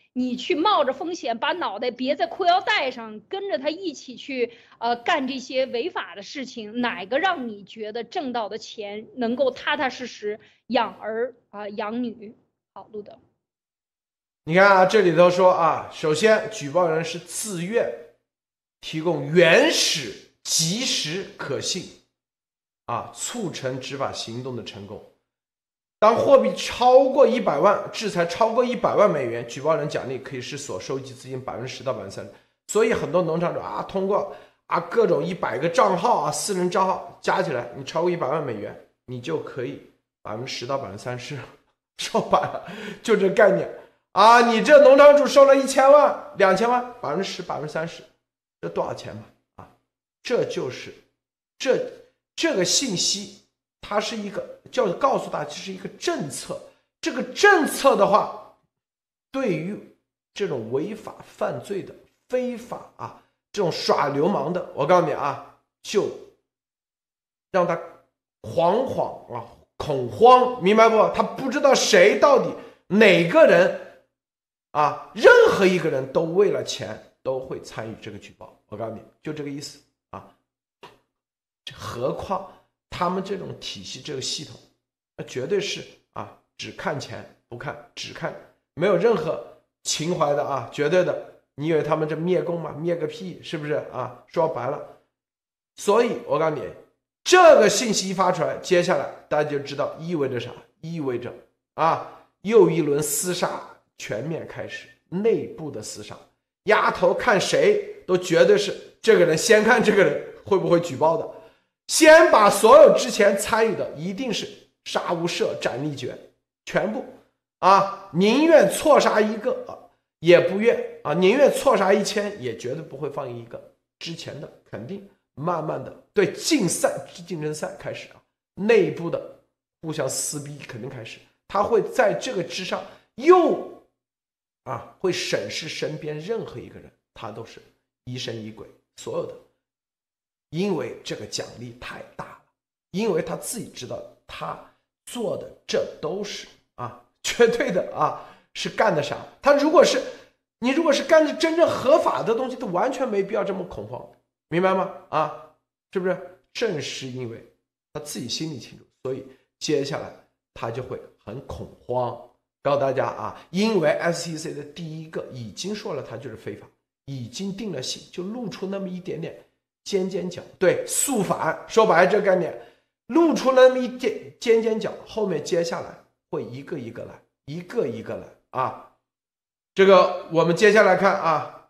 你去冒着风险把脑袋别在裤腰带上，跟着他一起去呃干这些违法的事情，哪个让你觉得挣到的钱能够踏踏实实养儿啊、呃、养女？好，路德， 你看啊，这里头说啊，首先举报人是自愿提供原始、及时、可信啊，促成执法行动的成功。当货币超过一百万，制裁超过一百万美元，举报人奖励可以是所收集资金百分之十到百分之三十。所以很多农场主啊，通过啊各种一百个账号啊，私人账号加起来，你超过一百万美元，你就可以百分之十到百分之三十。说白了，就这概念啊！你这农场主收了一千万、两千万，百分之十、百分之三十，这多少钱嘛？啊，这就是这这个信息。它是一个叫告诉大家，这是一个政策。这个政策的话，对于这种违法犯罪的、非法啊，这种耍流氓的，我告诉你啊，就让他惶惶啊，恐慌，明白不？他不知道谁到底哪个人啊，任何一个人都为了钱都会参与这个举报。我告诉你，就这个意思啊。何况他们这种体系这个系统那绝对是啊只看钱不看只看没有任何情怀的啊，绝对的。你以为他们这灭共吗？灭个屁，是不是啊？说白了，所以我告诉你，这个信息一发出来，接下来大家就知道意味着啥？意味着啊又一轮厮杀全面开始，内部的厮杀，丫头看谁都绝对是这个人先看这个人会不会举报的，先把所有之前参与的一定是杀无赦斩立决，全部啊，宁愿错杀一个啊，也不愿啊，宁愿错杀一千，也绝对不会放一个。之前的肯定慢慢的对竞赛竞争赛开始啊，内部的互相撕逼肯定开始，他会在这个之上又啊会审视身边任何一个人，他都是疑神疑鬼，所有的。因为这个奖励太大了，因为他自己知道他做的这都是啊绝对的啊是干的啥，他如果是你如果是干的真正合法的东西，都完全没必要这么恐慌，明白吗？啊，是不是？正是因为他自己心里清楚，所以接下来他就会很恐慌。告诉大家啊，因为 S E C 的第一个已经说了他就是非法，已经定了性，就露出那么一点点尖尖角，对，肃反，说白了这个概念，露出了那么一点尖尖角，后面接下来会一个一个来，一个一个来啊。这个我们接下来看啊，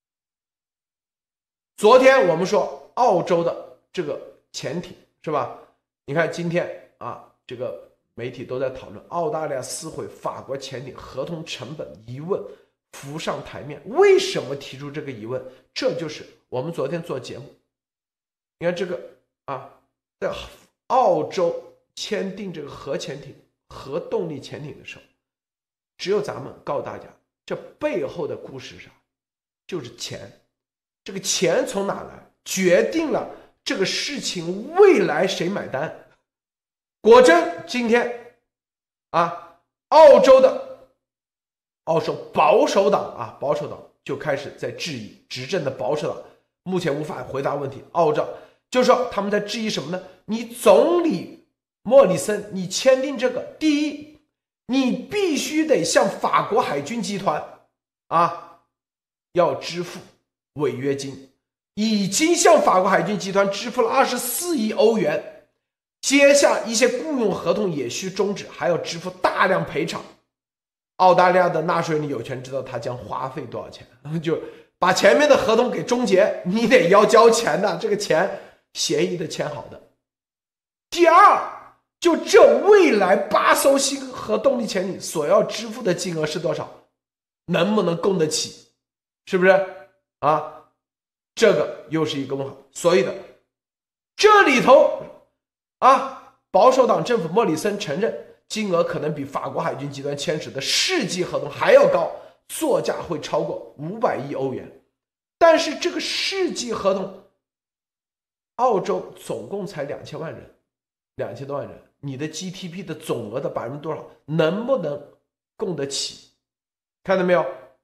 昨天我们说澳洲的这个潜艇是吧？你看今天啊，这个媒体都在讨论澳大利亚撕毁法国潜艇合同成本疑问浮上台面。为什么提出这个疑问？这就是我们昨天做节目，你看这个啊，在澳洲签订这个核潜艇、核动力潜艇的时候，只有咱们告诉大家，这背后的故事是啥？就是钱。这个钱从哪来，决定了这个事情未来谁买单。果真今天啊，澳洲的澳洲保守党啊，保守党就开始在质疑，执政的保守党目前无法回答问题。澳洲就是说他们在质疑什么呢？你总理莫里森，你签订这个，第一，你必须得向法国海军集团啊要支付违约金，已经向法国海军集团支付了二十四亿欧元，接下一些雇佣合同也需终止，还要支付大量赔偿。澳大利亚的纳税人有权知道他将花费多少钱，就把前面的合同给终结，你得要交钱的，这个钱协议的签好的。第二，就这未来八艘新核动力潜艇所要支付的金额是多少，能不能供得起，是不是啊？这个又是一个问号。所以的这里头啊，保守党政府莫里森承认金额可能比法国海军集团签署的世纪合同还要高，作价会超过五百亿欧元。但是这个世纪合同，澳洲总共才两千万人，两千多万人，你的 G D P 的总额的百分之多少，能不能供得起？看到没有？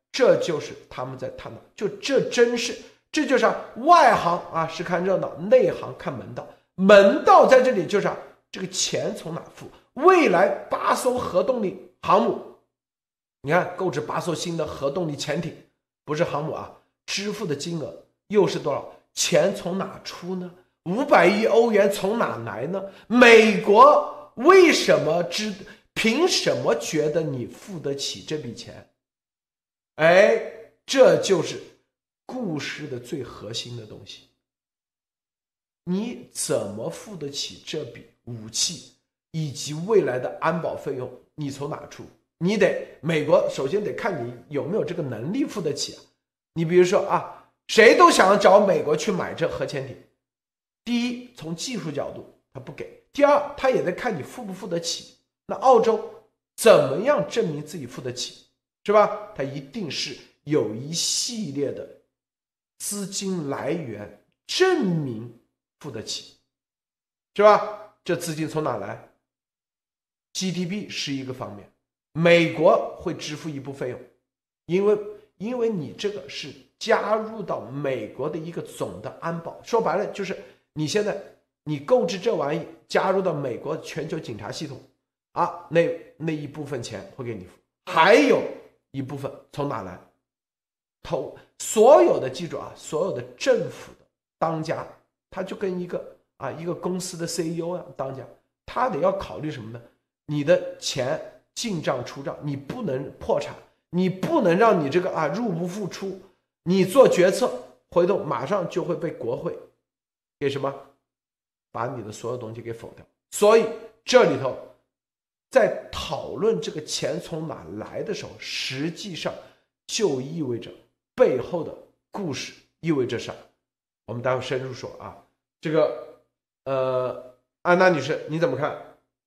这就是他们在探讨，就这真是，这就是啊，外行啊是看热闹，内行看门道。门道在这里就是啊，这个钱从哪付？未来八艘核动力航母，你看购置八艘新的核动力潜艇，不是航母啊，支付的金额又是多少？钱从哪出呢？五百亿欧元从哪来呢？美国为什么知？凭什么觉得你付得起这笔钱？哎，这就是故事的最核心的东西。你怎么付得起这笔武器以及未来的安保费用？你从哪出？你得美国首先得看你有没有这个能力付得起啊。你比如说啊，谁都想找美国去买这核潜艇。第一，从技术角度他不给；第二，他也得看你付不付得起。那澳洲怎么样证明自己付得起，是吧？他一定是有一系列的资金来源证明付得起，是吧？这资金从哪来？ G D P 是一个方面，美国会支付一部分费用，因为因为你这个是加入到美国的一个总的安保，说白了就是你现在你购置这玩意加入到美国全球警察系统啊，那那一部分钱会给你付，还有一部分从哪来？投所有的记住啊，所有的政府的当家，他就跟一个啊一个公司的 C E O 啊当家，他得要考虑什么呢？你的钱进账出账，你不能破产，你不能让你这个啊入不敷出，你做决策回头马上就会被国会给什么把你的所有东西给否掉。所以这里头在讨论这个钱从哪来的时候，实际上就意味着背后的故事意味着啥？我们待会深入说啊。这个呃，安娜女士你怎么看？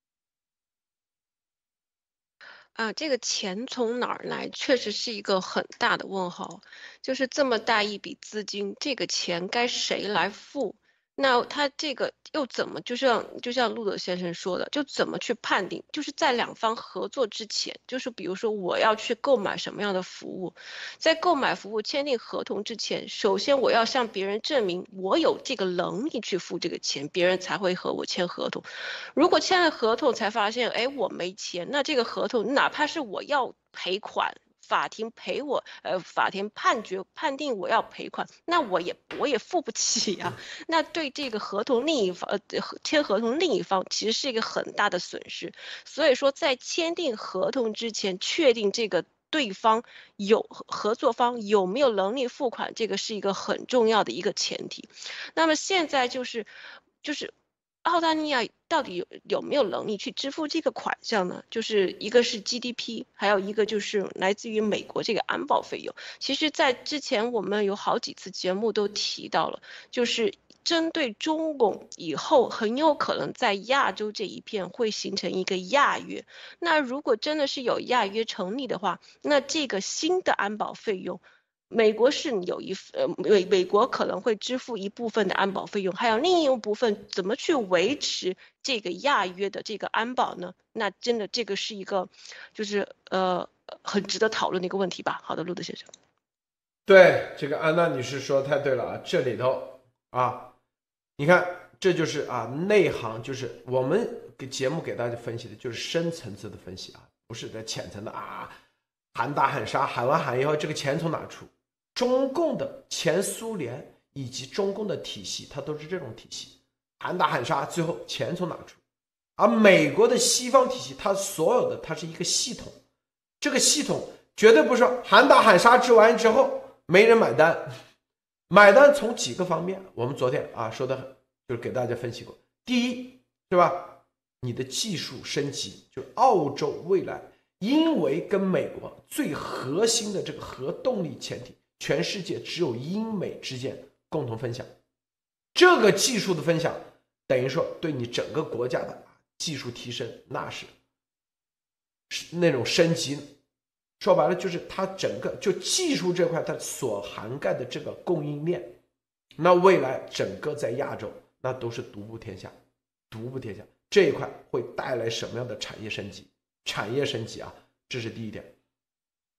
啊，这个钱从哪儿来，确实是一个很大的问号。就是这么大一笔资金，这个钱该谁来付？那他这个又怎么，就像就像路德先生说的，就怎么去判定？就是在两方合作之前，就是比如说我要去购买什么样的服务，在购买服务签订合同之前，首先我要向别人证明我有这个能力去付这个钱，别人才会和我签合同。如果签了合同才发现，哎，我没钱，那这个合同哪怕是我要赔款，法庭赔我，呃，法庭判决判定我要赔款，那我也我也付不起呀、啊。那对这个合同另一方，呃，签合同另一方其实是一个很大的损失。所以说，在签订合同之前，确定这个对方有合作方有没有能力付款，这个是一个很重要的一个前提。那么现在就是就是。澳大利亚到底有有没有能力去支付这个款项呢？就是一个是 G D P， 还有一个就是来自于美国这个安保费用。其实，在之前我们有好几次节目都提到了，就是针对中共以后很有可能在亚洲这一片会形成一个亚约。那如果真的是有亚约成立的话，那这个新的安保费用。美国是有一呃美美国可能会支付一部分的安保费用，还有另一部分怎么去维持这个亚约的这个安保呢？那真的这个是一个就是呃很值得讨论的一个问题吧。好的，路德先生。 对，这个安娜女士说的太对了啊，这里头啊，你看这就是啊内行，就是我们给节目给大家分析的就是深层次的分析啊，不是在浅层的啊喊打喊杀，喊完喊以后这个钱从哪出？中共的前苏联以及中共的体系，它都是这种体系，喊打喊杀，最后钱从哪出？而美国的西方体系，它所有的它是一个系统，这个系统绝对不是说喊打喊杀之完之后没人买单，买单从几个方面，我们昨天啊说的就是给大家分析过。第一，对吧？你的技术升级，就是澳洲未来因为跟美国最核心的这个核动力潜艇。全世界只有英美之间共同分享，这个技术的分享等于说对你整个国家的技术提升，那是那种升级。说白了就是它整个就技术这块它所涵盖的这个供应链，那未来整个在亚洲那都是独步天下，独步天下。这一块会带来什么样的产业升级？产业升级啊，这是第一点。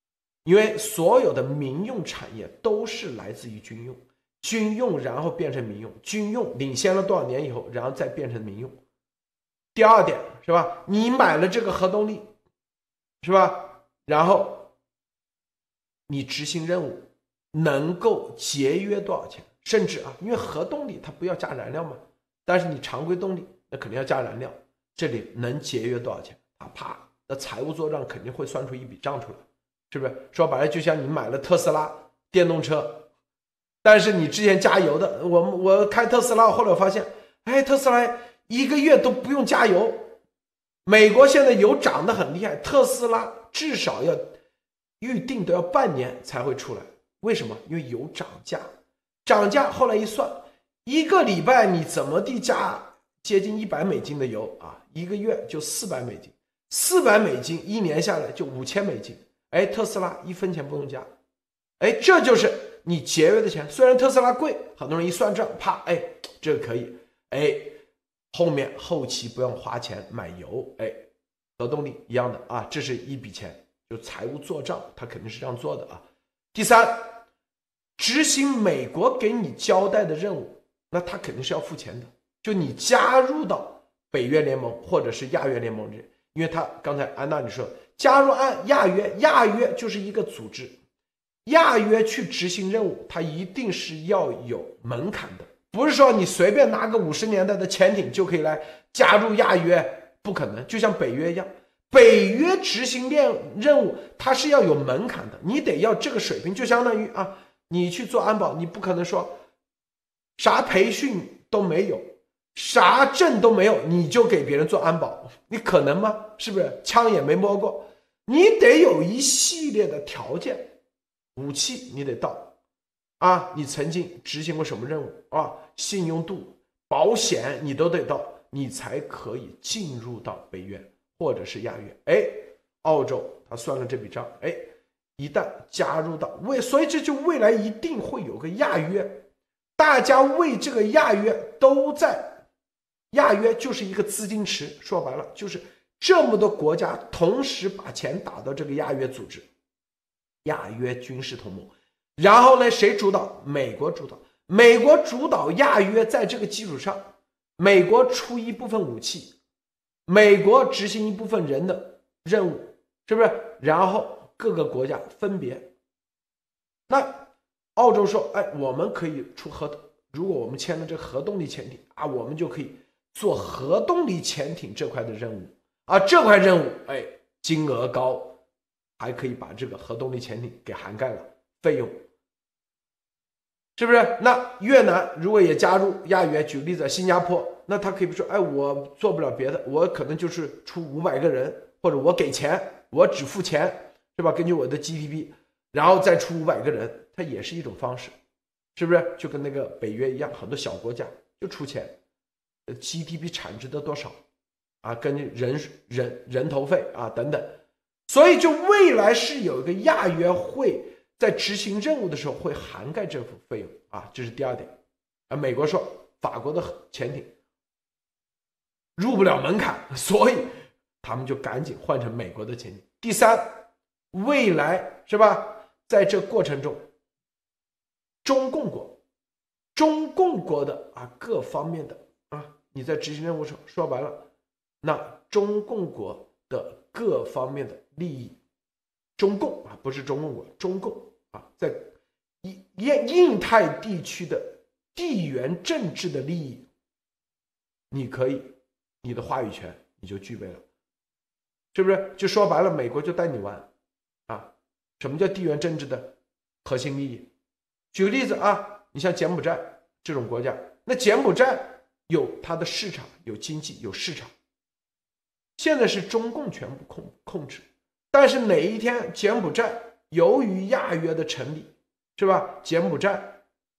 因为所有的民用产业都是来自于军用，军用然后变成民用，军用领先了多少年以后，然后再变成民用。第二点是吧？你买了这个核动力，是吧？然后你执行任务能够节约多少钱？甚至啊，因为核动力它不要加燃料嘛，但是你常规动力那肯定要加燃料，这里能节约多少钱？啊，啪，那财务做账肯定会算出一笔账出来，是不是？说白了，就像你买了特斯拉电动车，但是你之前加油的，我我开特斯拉，后来我发现，哎，特斯拉一个月都不用加油。美国现在油涨得很厉害，特斯拉至少要预定都要半年才会出来。为什么？因为油涨价，涨价后来一算，一个礼拜你怎么地加接近一百美金的油啊，一个月就四百美金，四百美金一年下来就五千美金。哎，特斯拉一分钱不用加，哎，这就是你节约的钱。虽然特斯拉贵，很多人一算账，啪，哎，这个可以，哎，后面后期不用花钱买油，哎，核动力一样的啊，这是一笔钱，就财务做账，它肯定是这样做的啊。第三，执行美国给你交代的任务，那他肯定是要付钱的。就你加入到北约联盟或者是亚约联盟，因为他刚才安娜你说加入按亚约，亚约就是一个组织，亚约去执行任务，它一定是要有门槛的，不是说你随便拿个五十年代的潜艇就可以来加入亚约，不可能。就像北约一样，北约执行任务它是要有门槛的，你得要这个水平，就相当于啊，你去做安保，你不可能说啥培训都没有，啥证都没有，你就给别人做安保，你可能吗？是不是？枪也没摸过，你得有一系列的条件，武器你得到啊，你曾经执行过什么任务啊，信用度、保险你都得到，你才可以进入到北约或者是亚约。哎，澳洲他算了这笔账，哎，一旦加入到未，所以这就未来一定会有个亚约，大家为这个亚约都在。亚约就是一个资金池，说白了就是这么多国家同时把钱打到这个亚约组织，亚约军事同盟。然后呢，谁主导？美国主导。美国主导亚约，在这个基础上，美国出一部分武器，美国执行一部分人的任务，是不是？然后各个国家分别。那澳洲说，哎，我们可以出核，如果我们签了这个核动力潜艇啊，我们就可以做核动力潜艇这块的任务啊，这块任务哎，金额高，还可以把这个核动力潜艇给涵盖了，费用是不是？那越南如果也加入亚约，举个例子，新加坡，那他可以说，哎，我做不了别的，我可能就是出五百个人，或者我给钱，我只付钱，是吧？根据我的 G D P， 然后再出五百个人，它也是一种方式，是不是？就跟那个北约一样，很多小国家就出钱。G D P 产值的多少啊？根据人人人头费啊等等，所以就未来是有一个亚约会在执行任务的时候会涵盖这份费用啊，这是第二点。啊，美国说法国的潜艇入不了门槛，所以他们就赶紧换成美国的潜艇。第三，未来是吧？在这过程中，中共国、中共国的啊各方面的。啊，你在执行任务时候，说白了，那中共国的各方面的利益，中共啊，不是中共国，中共啊，在印印太地区的地缘政治的利益，你可以，你的话语权你就具备了，是不是？就说白了，美国就带你玩啊。什么叫地缘政治的核心利益？举个例子啊，你像柬埔寨这种国家，那柬埔寨有它的市场，有经济，有市场，现在是中共全部控控制。但是哪一天柬埔寨由于亚约的成立，是吧？柬埔寨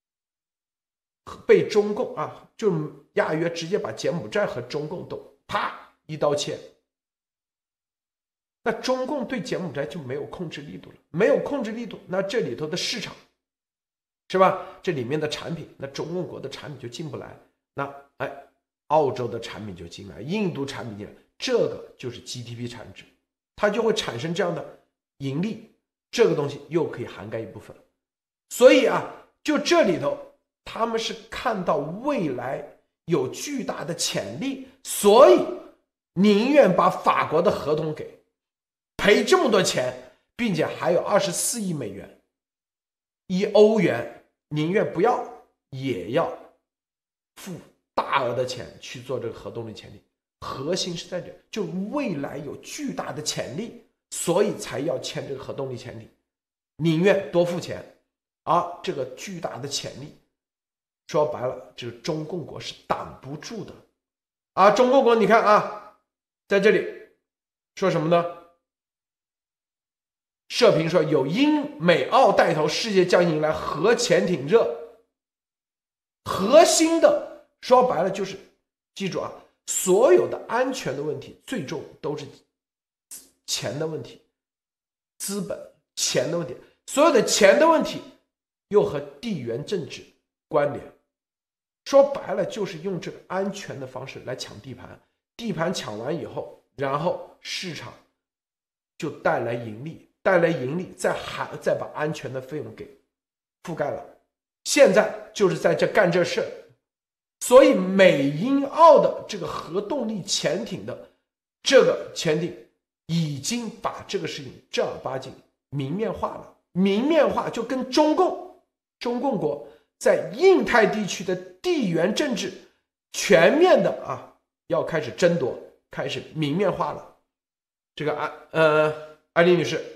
被中共啊，就亚约直接把柬埔寨和中共都啪一刀切，那中共对柬埔寨就没有控制力度了，没有控制力度，那这里头的市场，是吧？这里面的产品，那中共国的产品就进不来。那哎，澳洲的产品就进来，印度产品进来，这个就是 G D P 产值，它就会产生这样的盈利。 这个东西又可以涵盖一部分。所以啊，就这里头他们是看到未来有巨大的潜力，所以宁愿把法国的合同给赔这么多钱，并且还有二十四亿美元，一欧元宁愿不要也要付大额的钱去做这个核动力潜艇。核心是在这，就未来有巨大的潜力，所以才要签这个核动力潜艇，宁愿多付钱。而这个巨大的潜力，说白了，这个中共国是挡不住的。啊，中共国你看啊，在这里说什么呢？社评说有英美澳带头，世界将迎来核潜艇热。核心的说白了就是记住啊，所有的安全的问题最终都是钱的问题，资本钱的问题，所有的钱的问题又和地缘政治关联。说白了就是用这个安全的方式来抢地盘，地盘抢完以后，然后市场就带来盈利，带来盈利再还再把安全的费用给覆盖了。现在就是在这干这事。所以美英澳的这个核动力潜艇的这个潜艇已经把这个事情正儿八经明面化了。明面化就跟中共中共国在印太地区的地缘政治全面的啊要开始争夺，开始明面化了。这个安呃艾丽女士，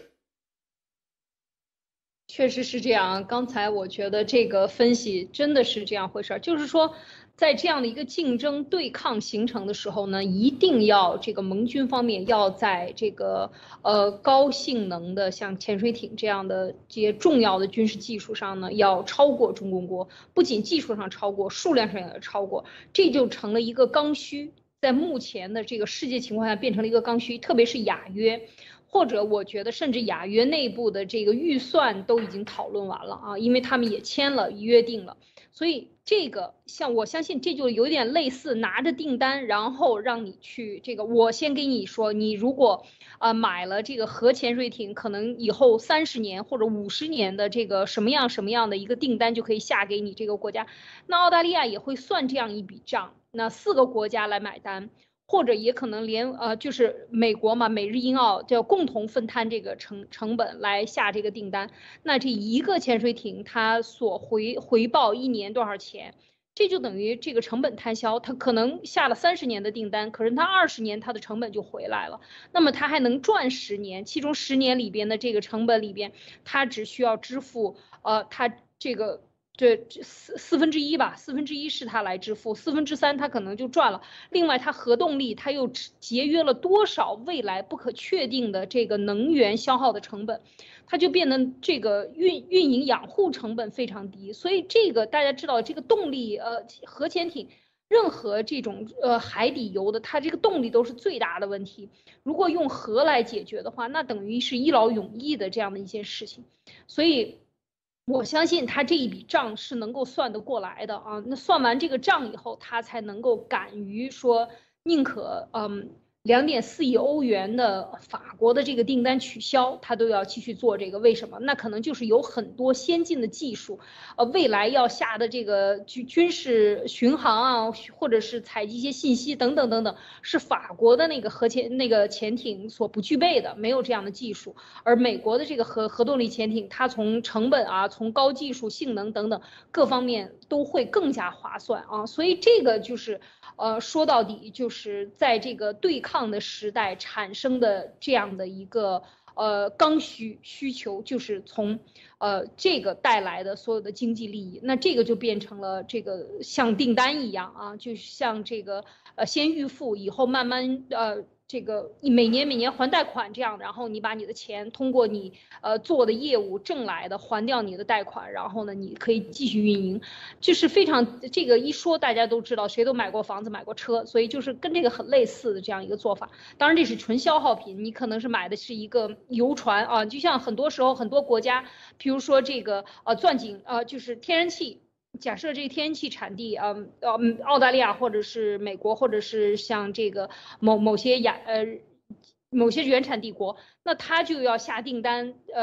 确实是这样。刚才我觉得这个分析真的是这样回事，就是说在这样的一个竞争对抗形成的时候呢，一定要这个盟军方面要在这个呃高性能的像潜水艇这样的这些重要的军事技术上呢，要超过中共国，不仅技术上超过，数量上也超过，这就成了一个刚需，在目前的这个世界情况下变成了一个刚需，特别是亚约。或者我觉得甚至亚约内部的这个预算都已经讨论完了啊，因为他们也签了约定了，所以这个像我相信这就有点类似拿着订单，然后让你去这个，我先跟你说，你如果呃买了这个核潜水艇，可能以后三十年或者五十年的这个什么样什么样的一个订单就可以下给你这个国家，那澳大利亚也会算这样一笔账，那四个国家来买单。或者也可能连呃，就是美国嘛，美日英澳就共同分摊这个成成本来下这个订单。那这一个潜水艇它所回回报一年多少钱？这就等于这个成本摊销，它可能下了三十年的订单，可是它二十年它的成本就回来了。那么它还能赚十年，其中十年里边的这个成本里边，它只需要支付呃，它这个。这四四分之一吧，四分之一是他来支付，四分之三他可能就赚了。另外，它核动力它又节约了多少未来不可确定的这个能源消耗的成本，它就变得这个运运营养护成本非常低。所以这个大家知道，这个动力呃核潜艇，任何这种呃海底游的，它这个动力都是最大的问题。如果用核来解决的话，那等于是一劳永逸的这样的一件事情。所以。我相信他这一笔账是能够算得过来的啊，那算完这个账以后，他才能够敢于说，宁可嗯两点四亿欧元的法国的这个订单取消，他都要继续做这个。为什么？那可能就是有很多先进的技术，呃，未来要下的这个军军事巡航啊，或者是采集一些信息等等等等，是法国的那个核潜那个潜艇所不具备的，没有这样的技术。而美国的这个核核动力潜艇，它从成本啊，从高技术、性能等等各方面都会更加划算啊。所以这个就是，呃，说到底就是在这个对抗的时代产生的这样的一个呃刚需需求，就是从呃这个带来的所有的经济利益，那这个就变成了这个像订单一样啊，就像这个呃先预付，以后慢慢呃。这个每年每年还贷款这样，然后你把你的钱通过你呃做的业务挣来的还掉你的贷款，然后呢你可以继续运营，就是非常这个一说大家都知道，谁都买过房子买过车，所以就是跟这个很类似的这样一个做法。当然这是纯消耗品，你可能是买的是一个游船啊，就像很多时候很多国家，比如说这个呃钻井呃就是天然气。假设这个天然气产地，嗯呃澳大利亚或者是美国，或者是像这个某某些亚呃某些原产帝国，那他就要下订单，呃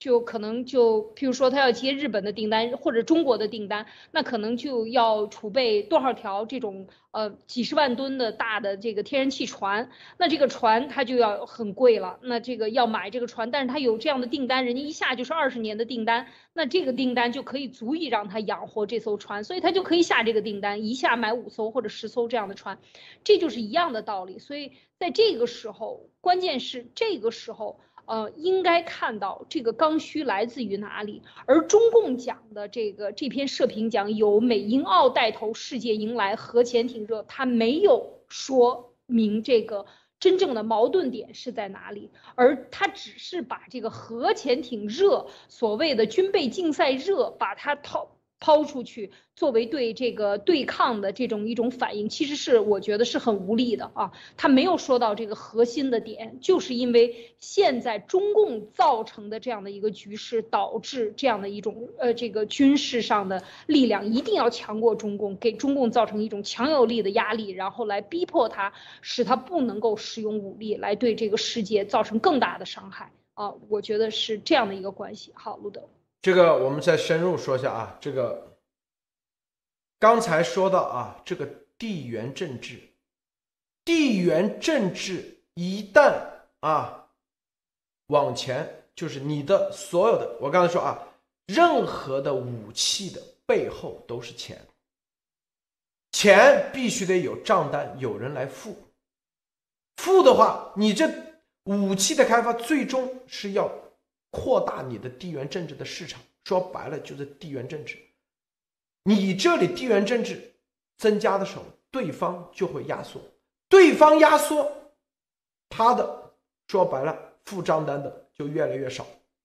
就可能就譬如说他要接日本的订单或者中国的订单，那可能就要储备多少条这种呃几十万吨的大的这个天然气船，那这个船它就要很贵了，那这个要买这个船，但是他有这样的订单，人家一下就是二十年的订单，那这个订单就可以足以让他养活这艘船，所以他就可以下这个订单，一下买五艘或者十艘这样的船，这就是一样的道理。所以在这个时候，关键是这个时候。呃，应该看到这个刚需来自于哪里，而中共讲的这个这篇社评讲有美英澳带头，世界迎来核潜艇热，他没有说明这个真正的矛盾点是在哪里，而他只是把这个核潜艇热，所谓的军备竞赛热，把它套。抛出去作为对这个对抗的这种一种反应，其实是我觉得是很无力的啊。他没有说到这个核心的点，就是因为现在中共造成的这样的一个局势，导致这样的一种呃这个军事上的力量一定要强过中共，给中共造成一种强有力的压力，然后来逼迫他，使他不能够使用武力来对这个世界造成更大的伤害啊。我觉得是这样的一个关系。好，路德。 这个我们再深入说一下啊，这个刚才说到啊，这个地缘政治，地缘政治一旦啊往前，就是你的所有的，我刚才说啊，任何的武器的背后都是钱，钱必须得有账单，有人来付，付的话，你这武器的开发最终是要扩大你的地缘政治的市场，说白了就是地缘政治。你这里地缘政治增加的时候，对方就会压缩，对方压缩，他的说白了付账单的就越来越少。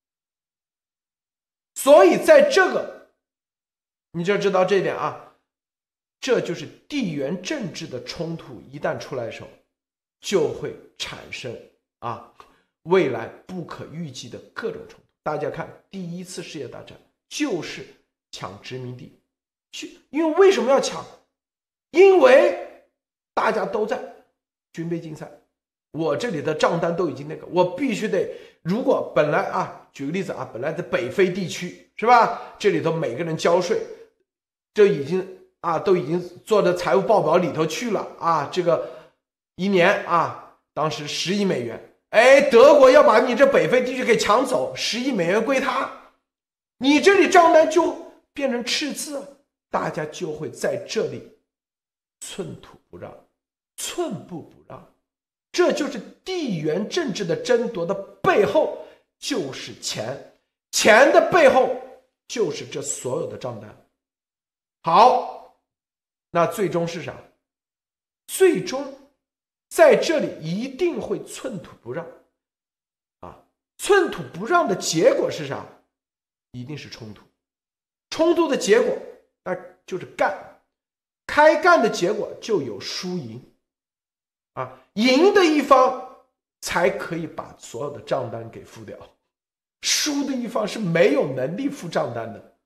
所以在这个你就知道这一点啊，这就是地缘政治的冲突一旦出来的时候，就会产生啊未来不可预计的各种冲突。大家看第一次世界大战就是抢殖民地，因为为什么要抢？因为大家都在军备竞赛，我这里的账单都已经那个，我必须得，如果本来啊举个例子啊，本来在北非地区是吧，这里头每个人交税，这已经啊都已经做到财务报表里头去了啊，这个一年啊当时十亿美元，哎，德国要把你这北非地区给抢走，十亿美元归他，你这里账单就变成赤字，大家就会在这里寸土不让，寸步不让。这就是地缘政治的争夺的背后就是钱，钱的背后就是这所有的账单。好，那最终是啥？最终在这里一定会寸土不让啊！寸土不让的结果是啥？一定是冲突。冲突的结果那就是干，开干的结果就有输赢啊，赢的一方才可以把所有的账单给付掉，输的一方是没有能力付账单的。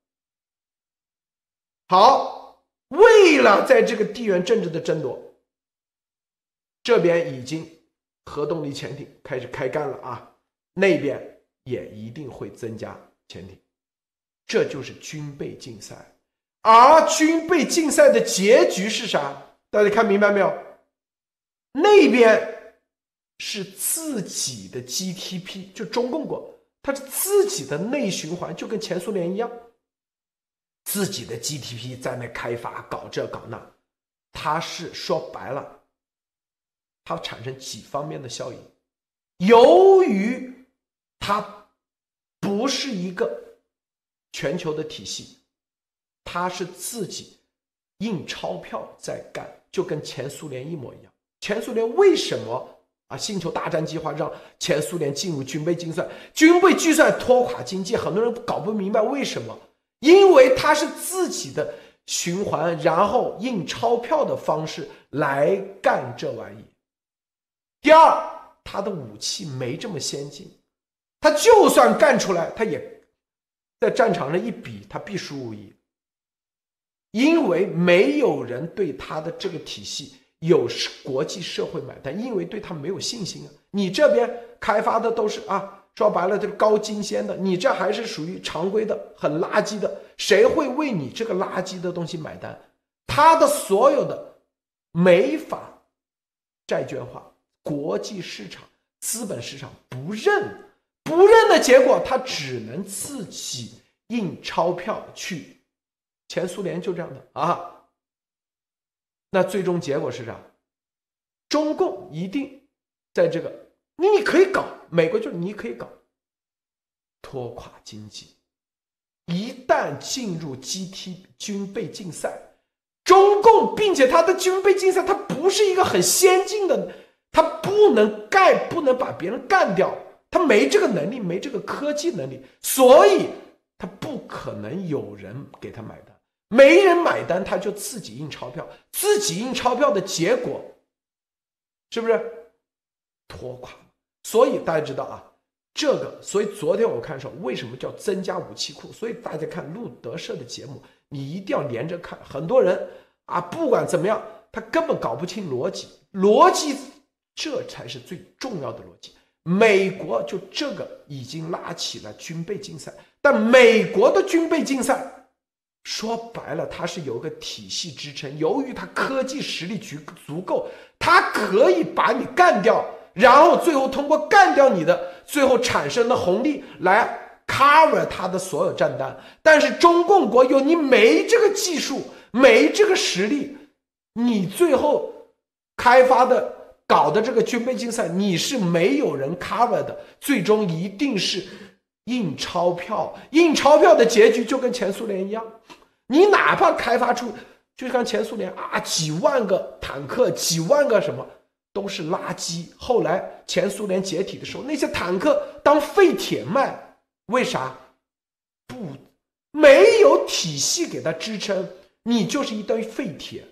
好，为了在这个地缘政治的争夺，这边已经核动力潜艇开始开干了啊，那边也一定会增加潜艇，这就是军备竞赛。而军备竞赛的结局是啥？大家看明白没有？那边是自己的 G D P， 就中共国，它是自己的内循环，就跟前苏联一样，自己的 G D P 在那开发搞这搞那，它是说白了它产生几方面的效应。由于它不是一个全球的体系，它是自己印钞票在干，就跟前苏联一模一样。前苏联为什么啊星球大战计划让前苏联进入军备竞赛，军备竞赛拖垮经济，很多人搞不明白为什么，因为它是自己的循环，然后印钞票的方式来干这玩意。第二，他的武器没这么先进，他就算干出来，他也在战场上一比，他必输无疑，因为没有人对他的这个体系有国际社会买单，因为对他没有信心啊。你这边开发的都是啊说白了就是高精尖的，你这还是属于常规的，很垃圾的，谁会为你这个垃圾的东西买单？他的所有的没法债券化，国际市场、资本市场不认，不认的结果，他只能自己印钞票去。前苏联就这样的啊。那最终结果是啥？中共一定在这个，你可以搞，美国就是你可以搞，拖垮经济。一旦进入 G T 军备竞赛，中共并且他的军备竞赛，它不是一个很先进的，他不能干，不能把别人干掉，他没这个能力，没这个科技能力，所以他不可能有人给他买单，没人买单，他就自己印钞票，自己印钞票的结果是不是拖垮？所以大家知道啊，这个，所以昨天我看说为什么叫增加武器库，所以大家看路德社的节目，你一定要连着看。很多人啊，不管怎么样，他根本搞不清逻辑，逻辑这才是最重要的逻辑。美国就这个已经拉起了军备竞赛，但美国的军备竞赛说白了，它是有个体系支撑，由于它科技实力足够，它可以把你干掉，然后最后通过干掉你的最后产生的红利来 cover 它的所有账单。但是中共国有你没这个技术，没这个实力，你最后开发的搞的这个军备竞赛，你是没有人 cover 的，最终一定是印钞票，印钞票的结局就跟前苏联一样，你哪怕开发出就像前苏联啊，几万个坦克，几万个什么都是垃圾。后来前苏联解体的时候，那些坦克当废铁卖，为啥？不，没有体系给它支撑，你就是一堆废铁。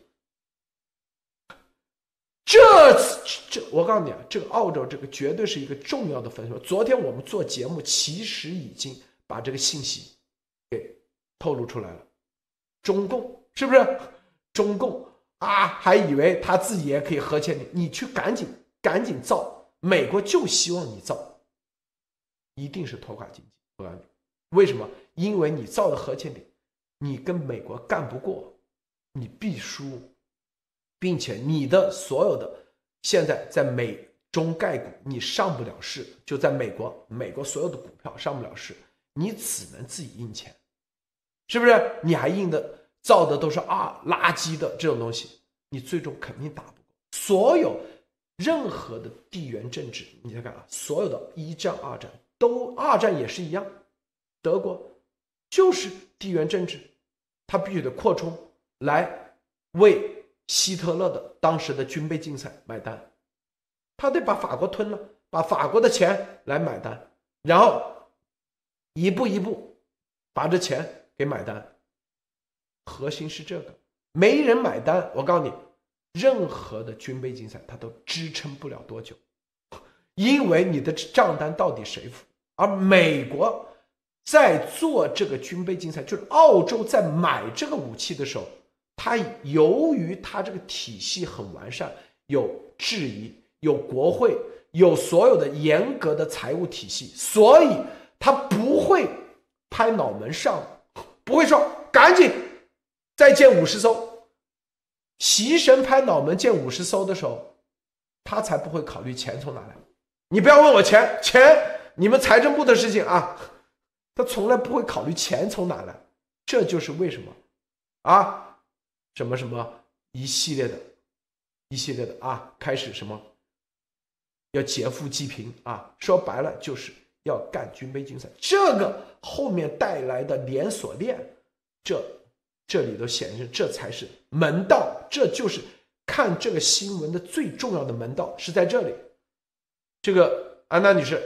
这这，我告诉你啊，这个澳洲这个绝对是一个重要的分数。昨天我们做节目，其实已经把这个信息给透露出来了。中共是不是？中共啊，还以为他自己也可以核潜艇，你去赶紧赶紧造，美国就希望你造，一定是拖垮经济。我告诉你，为什么？因为你造的核潜艇，你跟美国干不过，你必输。并且你的所有的现在在美中概股你上不了市，就在美国，美国所有的股票上不了市，你只能自己印钱，是不是？你还印的造的都是啊垃圾的这种东西，你最终肯定打不过。所有任何的地缘政治，你再看啊，所有的一战、二战都，二战也是一样，德国就是地缘政治，它必须得扩充来为希特勒的当时的军备竞赛买单，他得把法国吞了，把法国的钱来买单，然后一步一步把这钱给买单。核心是这个，没人买单，我告诉你，任何的军备竞赛它都支撑不了多久，因为你的账单到底谁付？而美国在做这个军备竞赛，就是澳洲在买这个武器的时候，它由于它这个体系很完善，有质疑，有国会，有所有的严格的财务体系，所以它不会拍脑门上，不会说赶紧再建五十艘。习神拍脑门建五十艘的时候，他才不会考虑钱从哪来。你不要问我钱，钱你们财政部的事情啊，他从来不会考虑钱从哪来。这就是为什么啊。什么什么一系列的一系列的啊，开始什么要劫富济贫啊，说白了就是要干军备竞赛，这个后面带来的连锁链，这这里头显示这才是门道，这就是看这个新闻的最重要的门道是在这里。这个安娜女士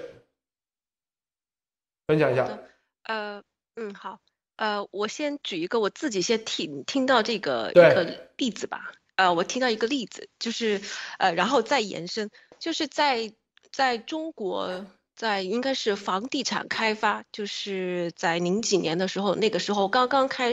分享一下。 呃嗯好。呃，我先举一个我自己先听听到这个一个例子吧。呃，我听到一个例子，就是呃，然后再延伸，就是在在中国，在应该是房地产开发，就是在零几年的时候，那个时候刚刚开始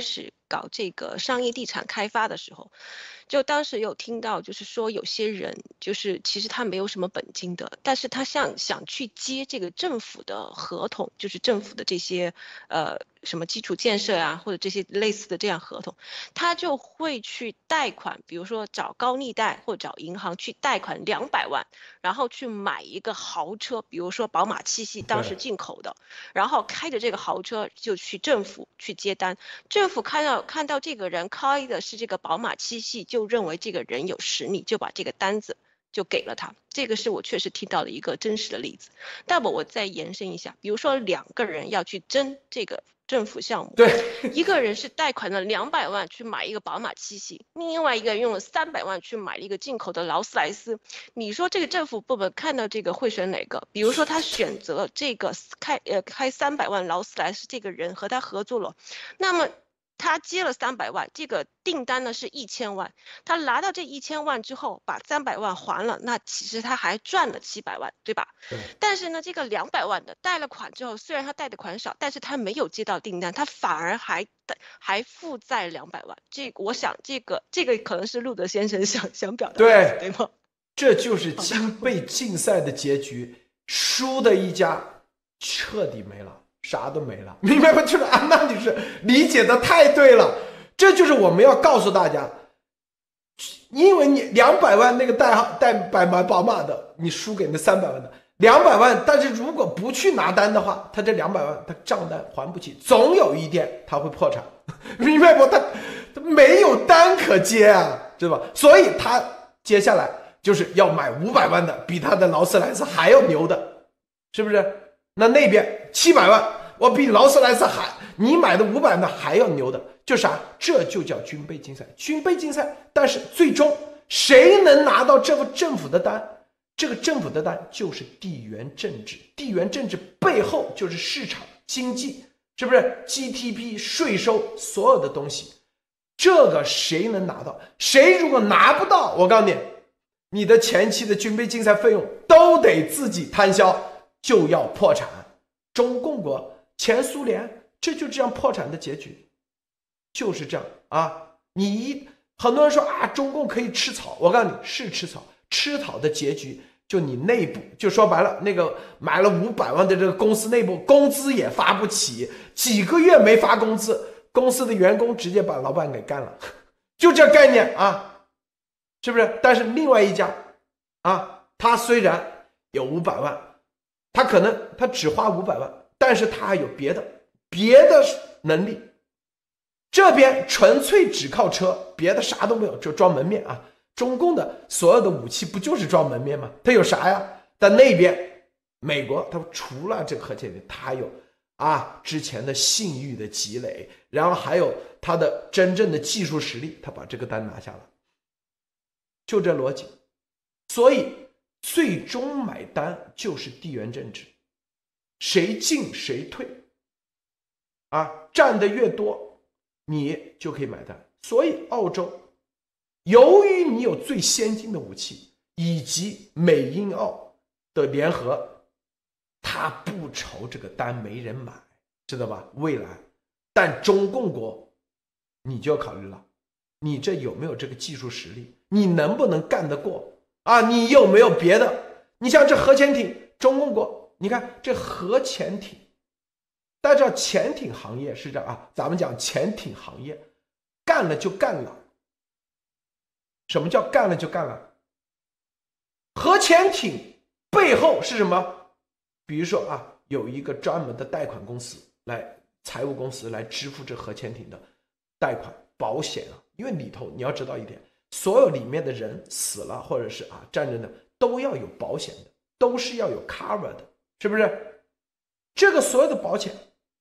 搞这个商业地产开发的时候，就当时有听到，就是说有些人就是其实他没有什么本金的，但是他想想去接这个政府的合同，就是政府的这些呃什么基础建设啊，或者这些类似的这样合同，他就会去贷款，比如说找高利贷或者找银行去贷款两百万，然后去买一个豪车，比如说宝马七系，当时进口的，然后开着这个豪车就去政府去接单，政府看到看到这个人开的是这个宝马七系，就认为这个人有实力，就把这个单子就给了他。这个是我确实听到的一个真实的例子。但我我再延伸一下，比如说两个人要去争这个政府项目， 对， 一个人是贷款了两百万去买一个宝马七系，另外一个人用了三百万去买了一个进口的劳斯莱斯。你说这个政府部门看到这个会选哪个？比如说他选择这个开呃开三百万劳斯莱斯这个人和他合作了，那么他接了三百万，这个订单呢是一千万，他拿到这一千万之后，把三百万还了，那其实他还赚了七百万，对吧？ 对。 但是呢，这个两百万的贷了款之后，虽然他贷的款少，但是他没有接到订单，他反而还还负债两百万。这个我想，这个这个可能是路德先生想想表达的， 对对吗？ 这就是金杯竞赛的结局，输的一家彻底没了。啥都没了，明白吗？就是安娜女士理解的太对了，这就是我们要告诉大家，因为你两百万那个带带买宝马的，你输给那三百万的两百万，但是如果不去拿单的话，他这两百万他账单还不起，总有一天他会破产，明白不？他他没有单可接啊，知道吧？所以他接下来就是要买五百万的，比他的劳斯莱斯还要牛的，是不是？那那边七百万，我比劳斯莱斯还，你买的五百万还要牛的，就啥？这就叫军备竞赛，军备竞赛。但是最终谁能拿到这个政府的单？这个政府的单就是地缘政治，地缘政治背后就是市场经济，是不是 ？G D P、税收所有的东西，这个谁能拿到？谁如果拿不到，我告诉你，你的前期的军备竞赛费用都得自己摊销。就要破产，中共国、前苏联，这就这样破产的结局，就是这样啊！你一很多人说啊，中共可以吃草，我告诉你是吃草，吃草的结局就你内部，就说白了，那个买了五百万的这个公司内部工资也发不起，几个月没发工资，公司的员工直接把老板给干了，就这概念啊，是不是？但是另外一家啊，他虽然有五百万。他可能他只花五百万，但是他还有别的别的能力。这边纯粹只靠车，别的啥都没有，就装门面啊。中共的所有的武器不就是装门面吗？他有啥呀？但那边美国，他除了这个核潜艇，他还有啊之前的信誉的积累，然后还有他的真正的技术实力，他把这个单拿下了，就这逻辑。所以。最终买单就是地缘政治，谁进谁退啊，占的越多你就可以买单。所以澳洲由于你有最先进的武器以及美英澳的联合，他不愁这个单没人买，知道吧？未来但中共国你就要考虑了，你这有没有这个技术实力，你能不能干得过啊？你有没有别的？你像这核潜艇，中共国，你看这核潜艇，大家知道潜艇行业是这样啊，咱们讲潜艇行业，干了就干了。什么叫干了就干了？核潜艇背后是什么？比如说啊，有一个专门的贷款公司来，财务公司来支付这核潜艇的贷款保险啊，因为里头你要知道一点。所有里面的人死了或者是啊战争的都要有保险的，都是要有 cover 的，是不是？这个所有的保险，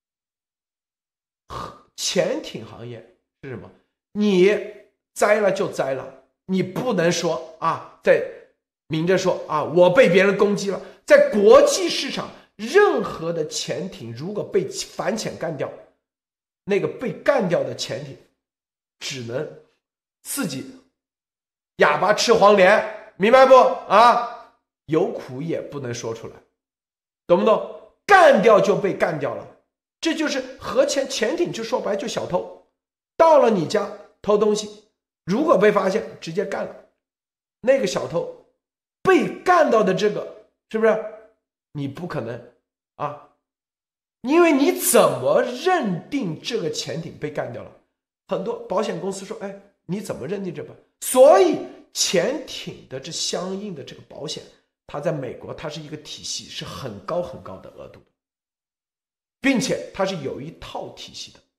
潜艇行业是什么？你栽了就栽了，你不能说啊，在明着说啊，我被别人攻击了。在国际市场，任何的潜艇如果被反潜干掉，那个被干掉的潜艇只能自己哑巴吃黄连，明白不啊？有苦也不能说出来，懂不懂？干掉就被干掉了，这就是核潜潜艇，就说白就小偷， 到了你家偷东西，如果被发现直接干了，那个小偷被干到的这个是不是你不可能啊？因为你怎么认定这个潜艇被干掉了？很多保险公司说，哎，你怎么认定这个？所以潜艇的这相应的这个保险，它在美国它是一个体系，是很高很高的额度的，并且它是有一套体系的。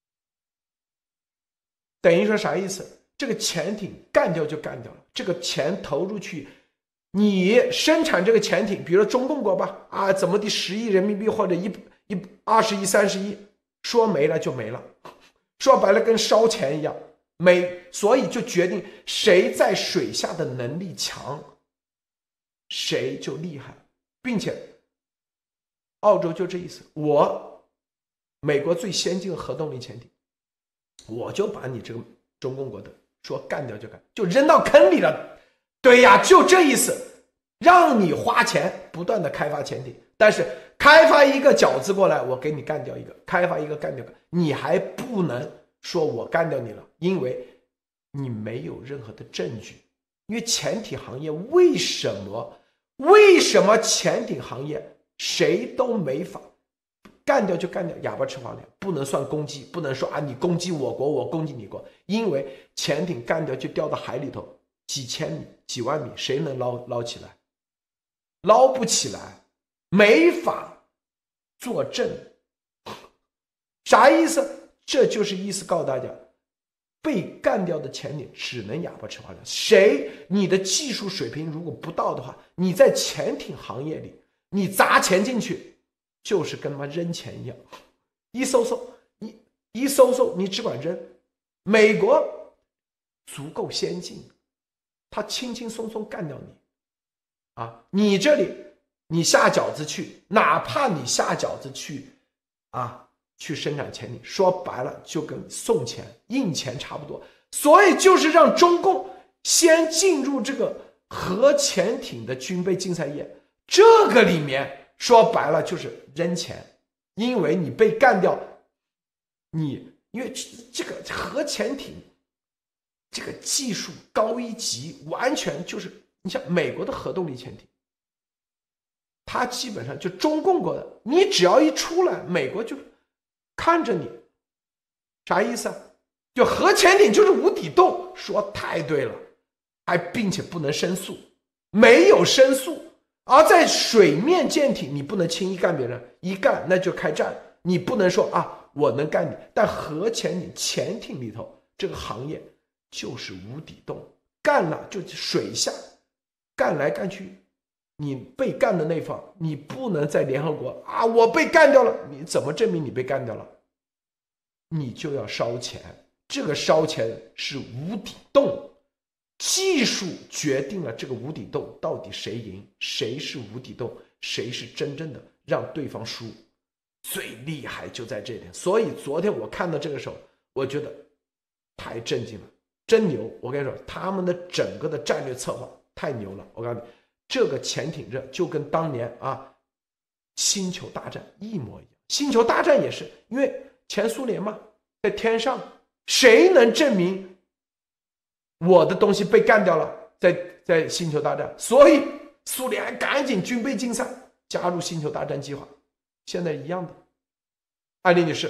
等于说啥意思？这个潜艇干掉就干掉了，这个钱投入去，你生产这个潜艇，比如说中共国吧，啊，怎么的十亿人民币或者一一二十亿、三十亿，说没了就没了，说白了跟烧钱一样，没，所以就决定谁在水下的能力强，谁就厉害，并且澳洲就这意思，我美国最先进的核动力潜艇，我就把你这个中共国的说干掉就干，就扔到坑里了。对呀，就这意思，让你花钱不断的开发潜艇，但是开发一个饺子过来，我给你干掉一个，开发一个干掉一个，你还不能说我干掉你了，因为你没有任何的证据。因为潜艇行业为什么为什么潜艇行业谁都没法干掉就干掉，哑巴吃黄连，不能算攻击，不能说啊你攻击我国我攻击你国，因为潜艇干掉就掉到海里头几千米几万米，谁能捞捞起来？捞不起来，没法作证。啥意思？这就是意思告诉大家，被干掉的潜艇只能哑巴吃黄连。谁你的技术水平如果不到的话，你在潜艇行业里你砸钱进去就是跟他妈扔钱一样，一搜搜你一搜搜你只管扔。美国足够先进，他轻轻松松干掉你啊！你这里你下饺子去，哪怕你下饺子去啊，去生产潜艇，说白了就跟送钱印钱差不多。所以就是让中共先进入这个核潜艇的军备竞赛业，这个里面说白了就是扔钱，因为你被干掉，你因为这个核潜艇这个技术高一级，完全就是你像美国的核动力潜艇，它基本上就中共国的，你只要一出来，美国就看着你，啥意思啊？就核潜艇就是无底洞，说太对了，还并且不能申诉，没有申诉。而在水面舰艇你不能轻易干别人，一干那就开战，你不能说啊我能干你，但核潜艇潜艇里头这个行业就是无底洞，干了就水下干来干去，你被干的那方你不能在联合国啊我被干掉了，你怎么证明你被干掉了？你就要烧钱，这个烧钱是无底洞，技术决定了这个无底洞到底谁赢，谁是无底洞，谁是真正的让对方输，最厉害就在这点。所以昨天我看到这个时候，我觉得太震惊了，真牛！我跟你说，他们的整个的战略策划太牛了。我告诉你，这个潜艇热就跟当年啊星球大战一模一样。星球大战也是因为前苏联嘛，在天上，谁能证明我的东西被干掉了？在在星球大战，所以苏联赶紧军备竞赛，加入星球大战计划。现在一样的，艾丽女士。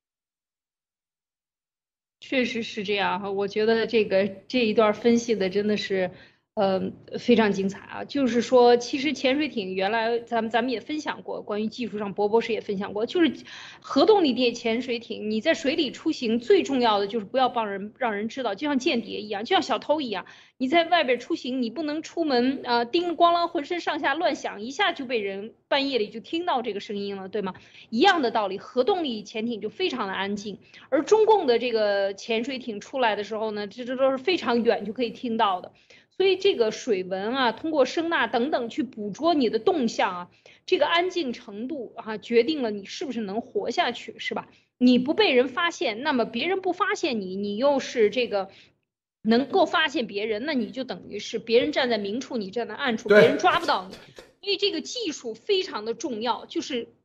确实是这样哈，我觉得这个这一段分析的真的是，呃，非常精彩啊。就是说，其实潜水艇原来咱们咱们也分享过，关于技术上，博博士也分享过，就是核动力电潜水艇，你在水里出行最重要的就是不要帮人让人知道，就像间谍一样，就像小偷一样，你在外边出行，你不能出门啊、呃，叮咣啷浑身上下乱响，一下就被人半夜里就听到这个声音了，对吗？一样的道理，核动力潜艇就非常的安静，而中共的这个潜水艇出来的时候呢，这这都是非常远就可以听到的。所以这个水文啊，通过声呐等等去捕捉你的动向啊，这个安静程度啊，决定了你是不是能活下去，是吧？你不被人发现，那么别人不发现你，你又是这个能够发现别人，那你就等于是别人站在明处，你站在暗处，别人抓不到你。因为这个技术非常的重要，就是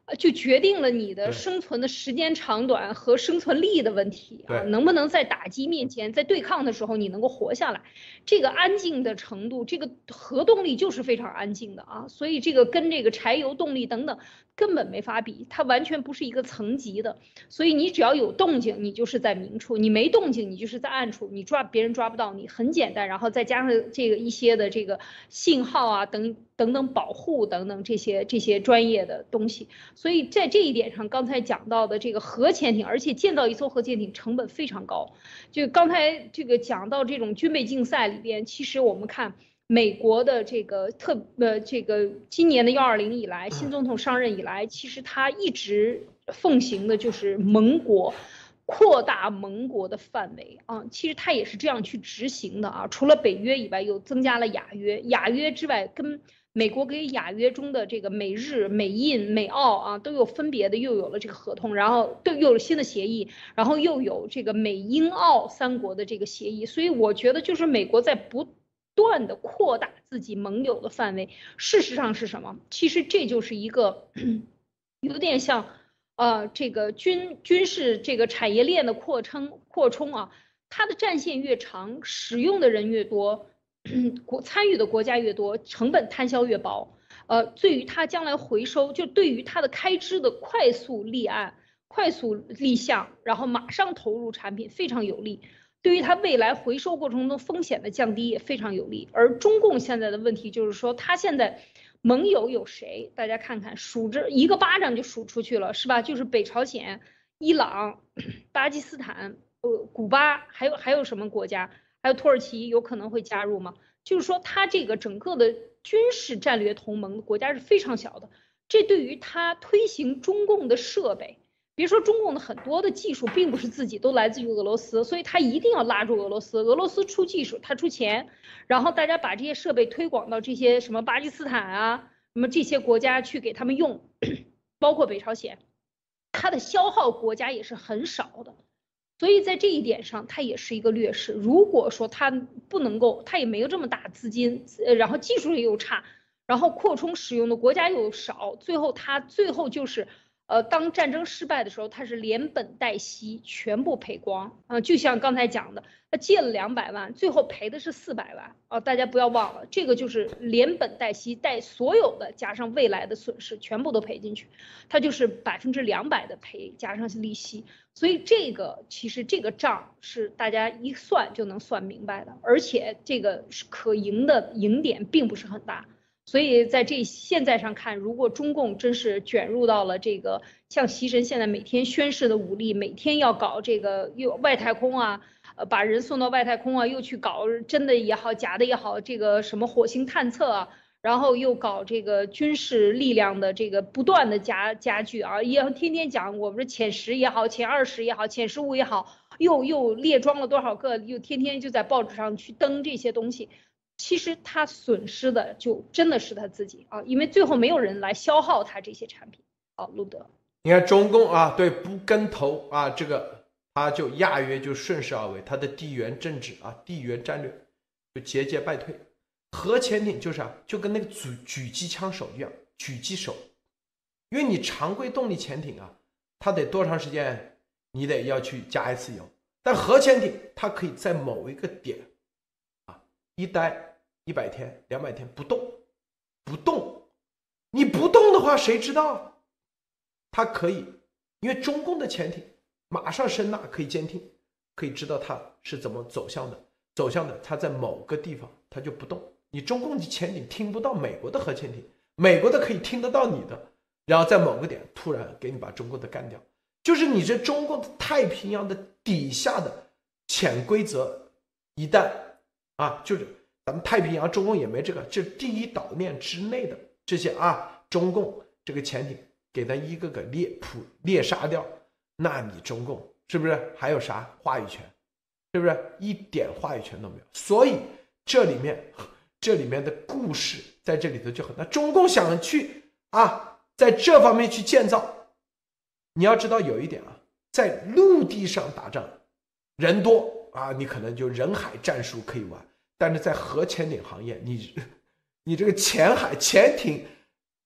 就决定了你的生存的时间长短和生存力的问题啊，能不能在打击面前，在对抗的时候你能够活下来？这个安静的程度，这个核动力就是非常安静的啊，所以这个跟这个柴油动力等等根本没法比，它完全不是一个层级的。所以你只要有动静，你就是在明处；你没动静，你就是在暗处，你抓别人抓不到你，很简单。然后再加上这个一些的这个信号啊等等等保护等等这些这些专业的东西。所以在这一点上，刚才讲到的这个核潜艇，而且建造一艘核潜艇成本非常高。就刚才这个讲到这种军备竞赛里边，其实我们看美国的这个特呃这个今年的幺二零以来，新总统上任以来，其实他一直奉行的就是盟国。扩大盟国的范围啊，其实它也是这样去执行的啊。除了北约以外，又增加了亚约。亚约之外，跟美国给亚约中的这个美日、美印、美澳啊，都有分别的又有了这个合同，然后都又有新的协议，然后又有这个美英澳三国的这个协议。所以我觉得，就是美国在不断的扩大自己盟友的范围。事实上是什么？其实这就是一个有点像。呃，这个军军事这个产业链的扩充扩充啊，它的战线越长，使用的人越多，国参与的国家越多，成本摊销越薄。呃，对于它将来回收，就对于它的开支的快速立案、快速立项，然后马上投入产品非常有利。对于它未来回收过程中风险的降低也非常有利。而中共现在的问题就是说，它现在。盟友有谁？大家看看，数着一个巴掌就数出去了，是吧？就是北朝鲜、伊朗、巴基斯坦、呃，古巴，还有还有什么国家？还有土耳其有可能会加入吗？就是说，它这个整个的军事战略同盟国家是非常小的，这对于它推行中共的设备。别说中共的很多的技术并不是自己都来自于俄罗斯，所以他一定要拉住俄罗斯。俄罗斯出技术，他出钱，然后大家把这些设备推广到这些什么巴基斯坦啊，什么这些国家去给他们用，包括北朝鲜，它的消耗国家也是很少的。所以在这一点上，它也是一个劣势。如果说它不能够，它也没有这么大资金，呃，然后技术也又差，然后扩充使用的国家又少，最后它最后就是。呃，当战争失败的时候，他是连本带息全部赔光啊、呃！就像刚才讲的，他借了两百万，最后赔的是四百万啊、呃！大家不要忘了，这个就是连本带息，带所有的加上未来的损失全部都赔进去，他就是百分之两百的赔加上利息，所以这个其实这个账是大家一算就能算明白的，而且这个是可赢的赢点并不是很大。所以在这现在上看，如果中共真是卷入到了这个像习神现在每天宣示的武力，每天要搞这个又外太空啊，呃，把人送到外太空啊，又去搞真的也好，假的也好，这个什么火星探测啊，然后又搞这个军事力量的这个不断的加加剧啊，也天天讲我们的歼十也好，歼二十也好，歼十五也好，又又列装了多少个，又天天就在报纸上去登这些东西。其实他损失的就真的是他自己啊，因为最后没有人来消耗他这些产品。好，路德， 你看中共啊，对不跟投啊，这个他就亚约就顺势而为，他的地缘政治啊、地缘战略就节节败退。核潜艇就是啊，就跟那个狙狙击枪手一样，狙击手，因为你常规动力潜艇啊，它得多长时间，你得要去加一次油，但核潜艇它可以在某一个点啊一待。一百天、两百天不动，不动，你不动的话，谁知道？它可以，因为中共的潜艇马上声呐可以监听，可以知道它是怎么走向的，走向的，它在某个地方它就不动。你中共的潜艇听不到美国的核潜艇，美国的可以听得到你的，然后在某个点突然给你把中共的干掉。就是你这中共的太平洋的底下的潜规则，一旦啊，就是。咱们太平洋中共也没这个，这第一岛链之内的这些啊，中共这个潜艇给他一个个猎捕猎杀掉，那你中共是不是还有啥话语权？是不是一点话语权都没有？所以这里面这里面的故事在这里头就很大。中共想去啊，在这方面去建造，你要知道有一点啊，在陆地上打仗人多啊，你可能就人海战术可以玩。但是在核潜艇行业，你你这个潜海潜艇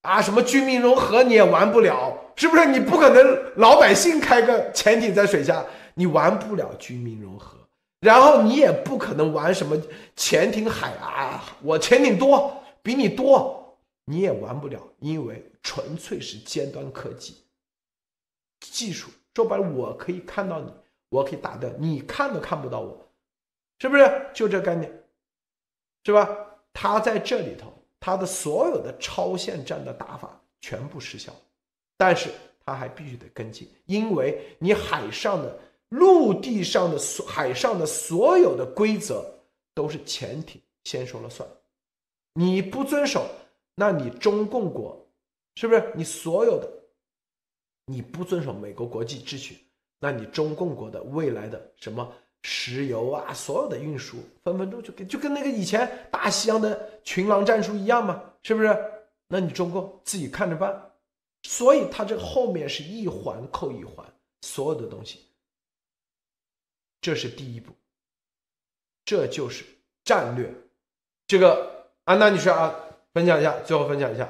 啊，什么军民融合你也玩不了，是不是？你不可能老百姓开个潜艇在水下，你玩不了军民融合。然后你也不可能玩什么潜艇海啊，我潜艇多比你多，你也玩不了，因为纯粹是尖端科技技术。说白了，我可以看到你，我可以打掉你，看都看不到我，是不是？就这概念，是吧？他在这里头，他的所有的超限战的打法全部失效，但是他还必须得跟进，因为你海上的、陆地上的、海上的所有的规则都是潜艇先说了算，你不遵守，那你中共国是不是？你所有的你不遵守美国国际秩序，那你中共国的未来的什么石油啊，所有的运输分分钟就跟就跟那个以前大西洋的群狼战术一样嘛，是不是？那你中共自己看着办。所以它这后面是一环扣一环，所有的东西，这是第一步，这就是战略。这个安娜女士啊，分享一下，最后分享一下。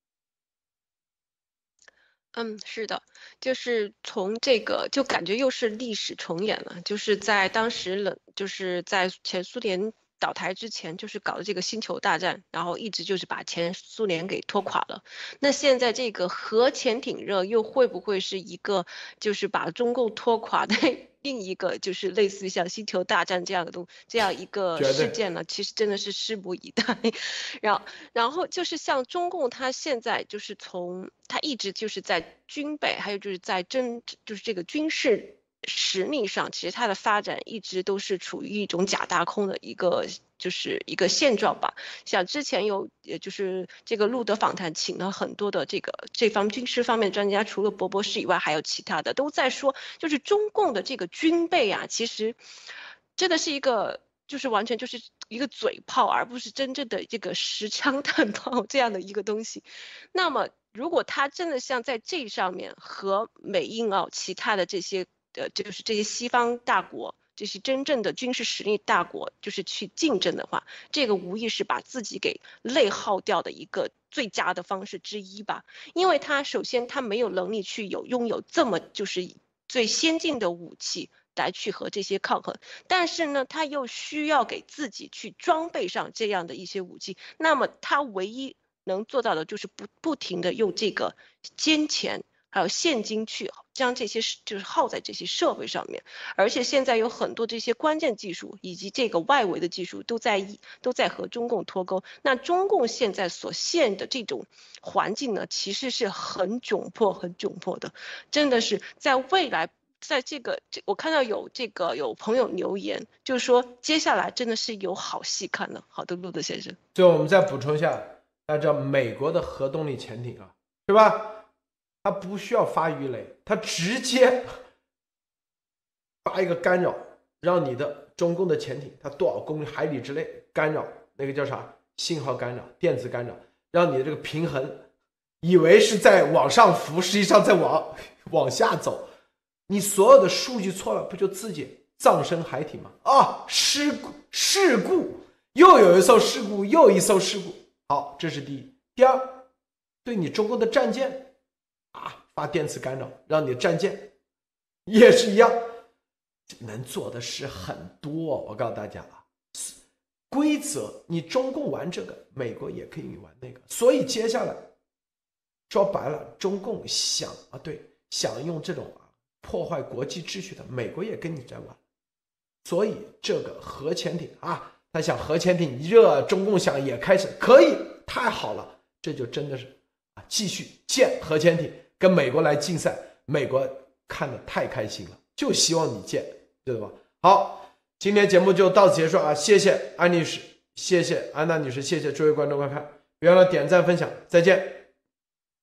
嗯，是的，就是从这个就感觉又是历史重演了，就是在当时冷，就是在前苏联倒台之前，就是搞的这个星球大战，然后一直就是把前苏联给拖垮了。那现在这个核潜艇热又会不会是一个就是把中共拖垮的另一个就是类似于像星球大战这样的东这样一个事件呢？其实真的是拭目以待。然后，然后就是像中共，它现在就是从它一直就是在军备，还有就是在真就是这个军事实力上，其实它的发展一直都是处于一种假大空的一个就是一个现状吧。像之前有也就是这个路德访谈请了很多的这个这方军事方面的专家，除了博博士以外，还有其他的都在说，就是中共的这个军备啊，其实真的是一个就是完全就是一个嘴炮，而不是真正的这个实枪弹炮这样的一个东西。那么如果他真的像在这上面和美英澳其他的这些呃，就是这些西方大国，这些真正的军事实力大国，就是去竞争的话，这个无疑是把自己给内耗掉的一个最佳的方式之一吧。因为他首先他没有能力去有拥有这么就是最先进的武器来去和这些抗衡，但是呢，他又需要给自己去装备上这样的一些武器，那么他唯一能做到的就是不不停的用这个金钱还有现金去将这些就是耗在这些设备上面，而且现在有很多这些关键技术以及这个外围的技术都在都在和中共脱钩。那中共现在所现的这种环境呢，其实是很窘迫很窘迫的，真的是在未来。在这个，我看到有这个有朋友留言，就是说接下来真的是有好戏看了。好的，路德先生。 最后我们再补充一下，大家知道美国的核动力潜艇啊，是吧？它不需要发鱼雷，它直接发一个干扰，让你的中共的潜艇它多少公里海里之内干扰，那个叫啥？信号干扰、电子干扰，让你的这个平衡以为是在往上浮，实际上在往往下走。你所有的数据错了，不就自己葬身海底吗？啊，事故事故，又有一艘事故，又一艘事故。好，这是第一。第二，对你中国的战舰啊发电磁干扰，让你的战舰也是一样。能做的事很多，我告诉大家啊，规则你中共玩这个，美国也可以玩那个。所以接下来说白了，中共想啊，对，想用这种啊破坏国际秩序的，美国也跟你在玩。所以这个核潜艇啊，他想核潜艇热，中共想也开始可以，太好了，这就真的是啊，继续建核潜艇，跟美国来竞赛，美国看得太开心了，就希望你建，对吧？好，今天节目就到此结束啊，谢谢安女士，谢谢安娜女士，谢谢诸位观众观看，别忘了点赞分享，再见。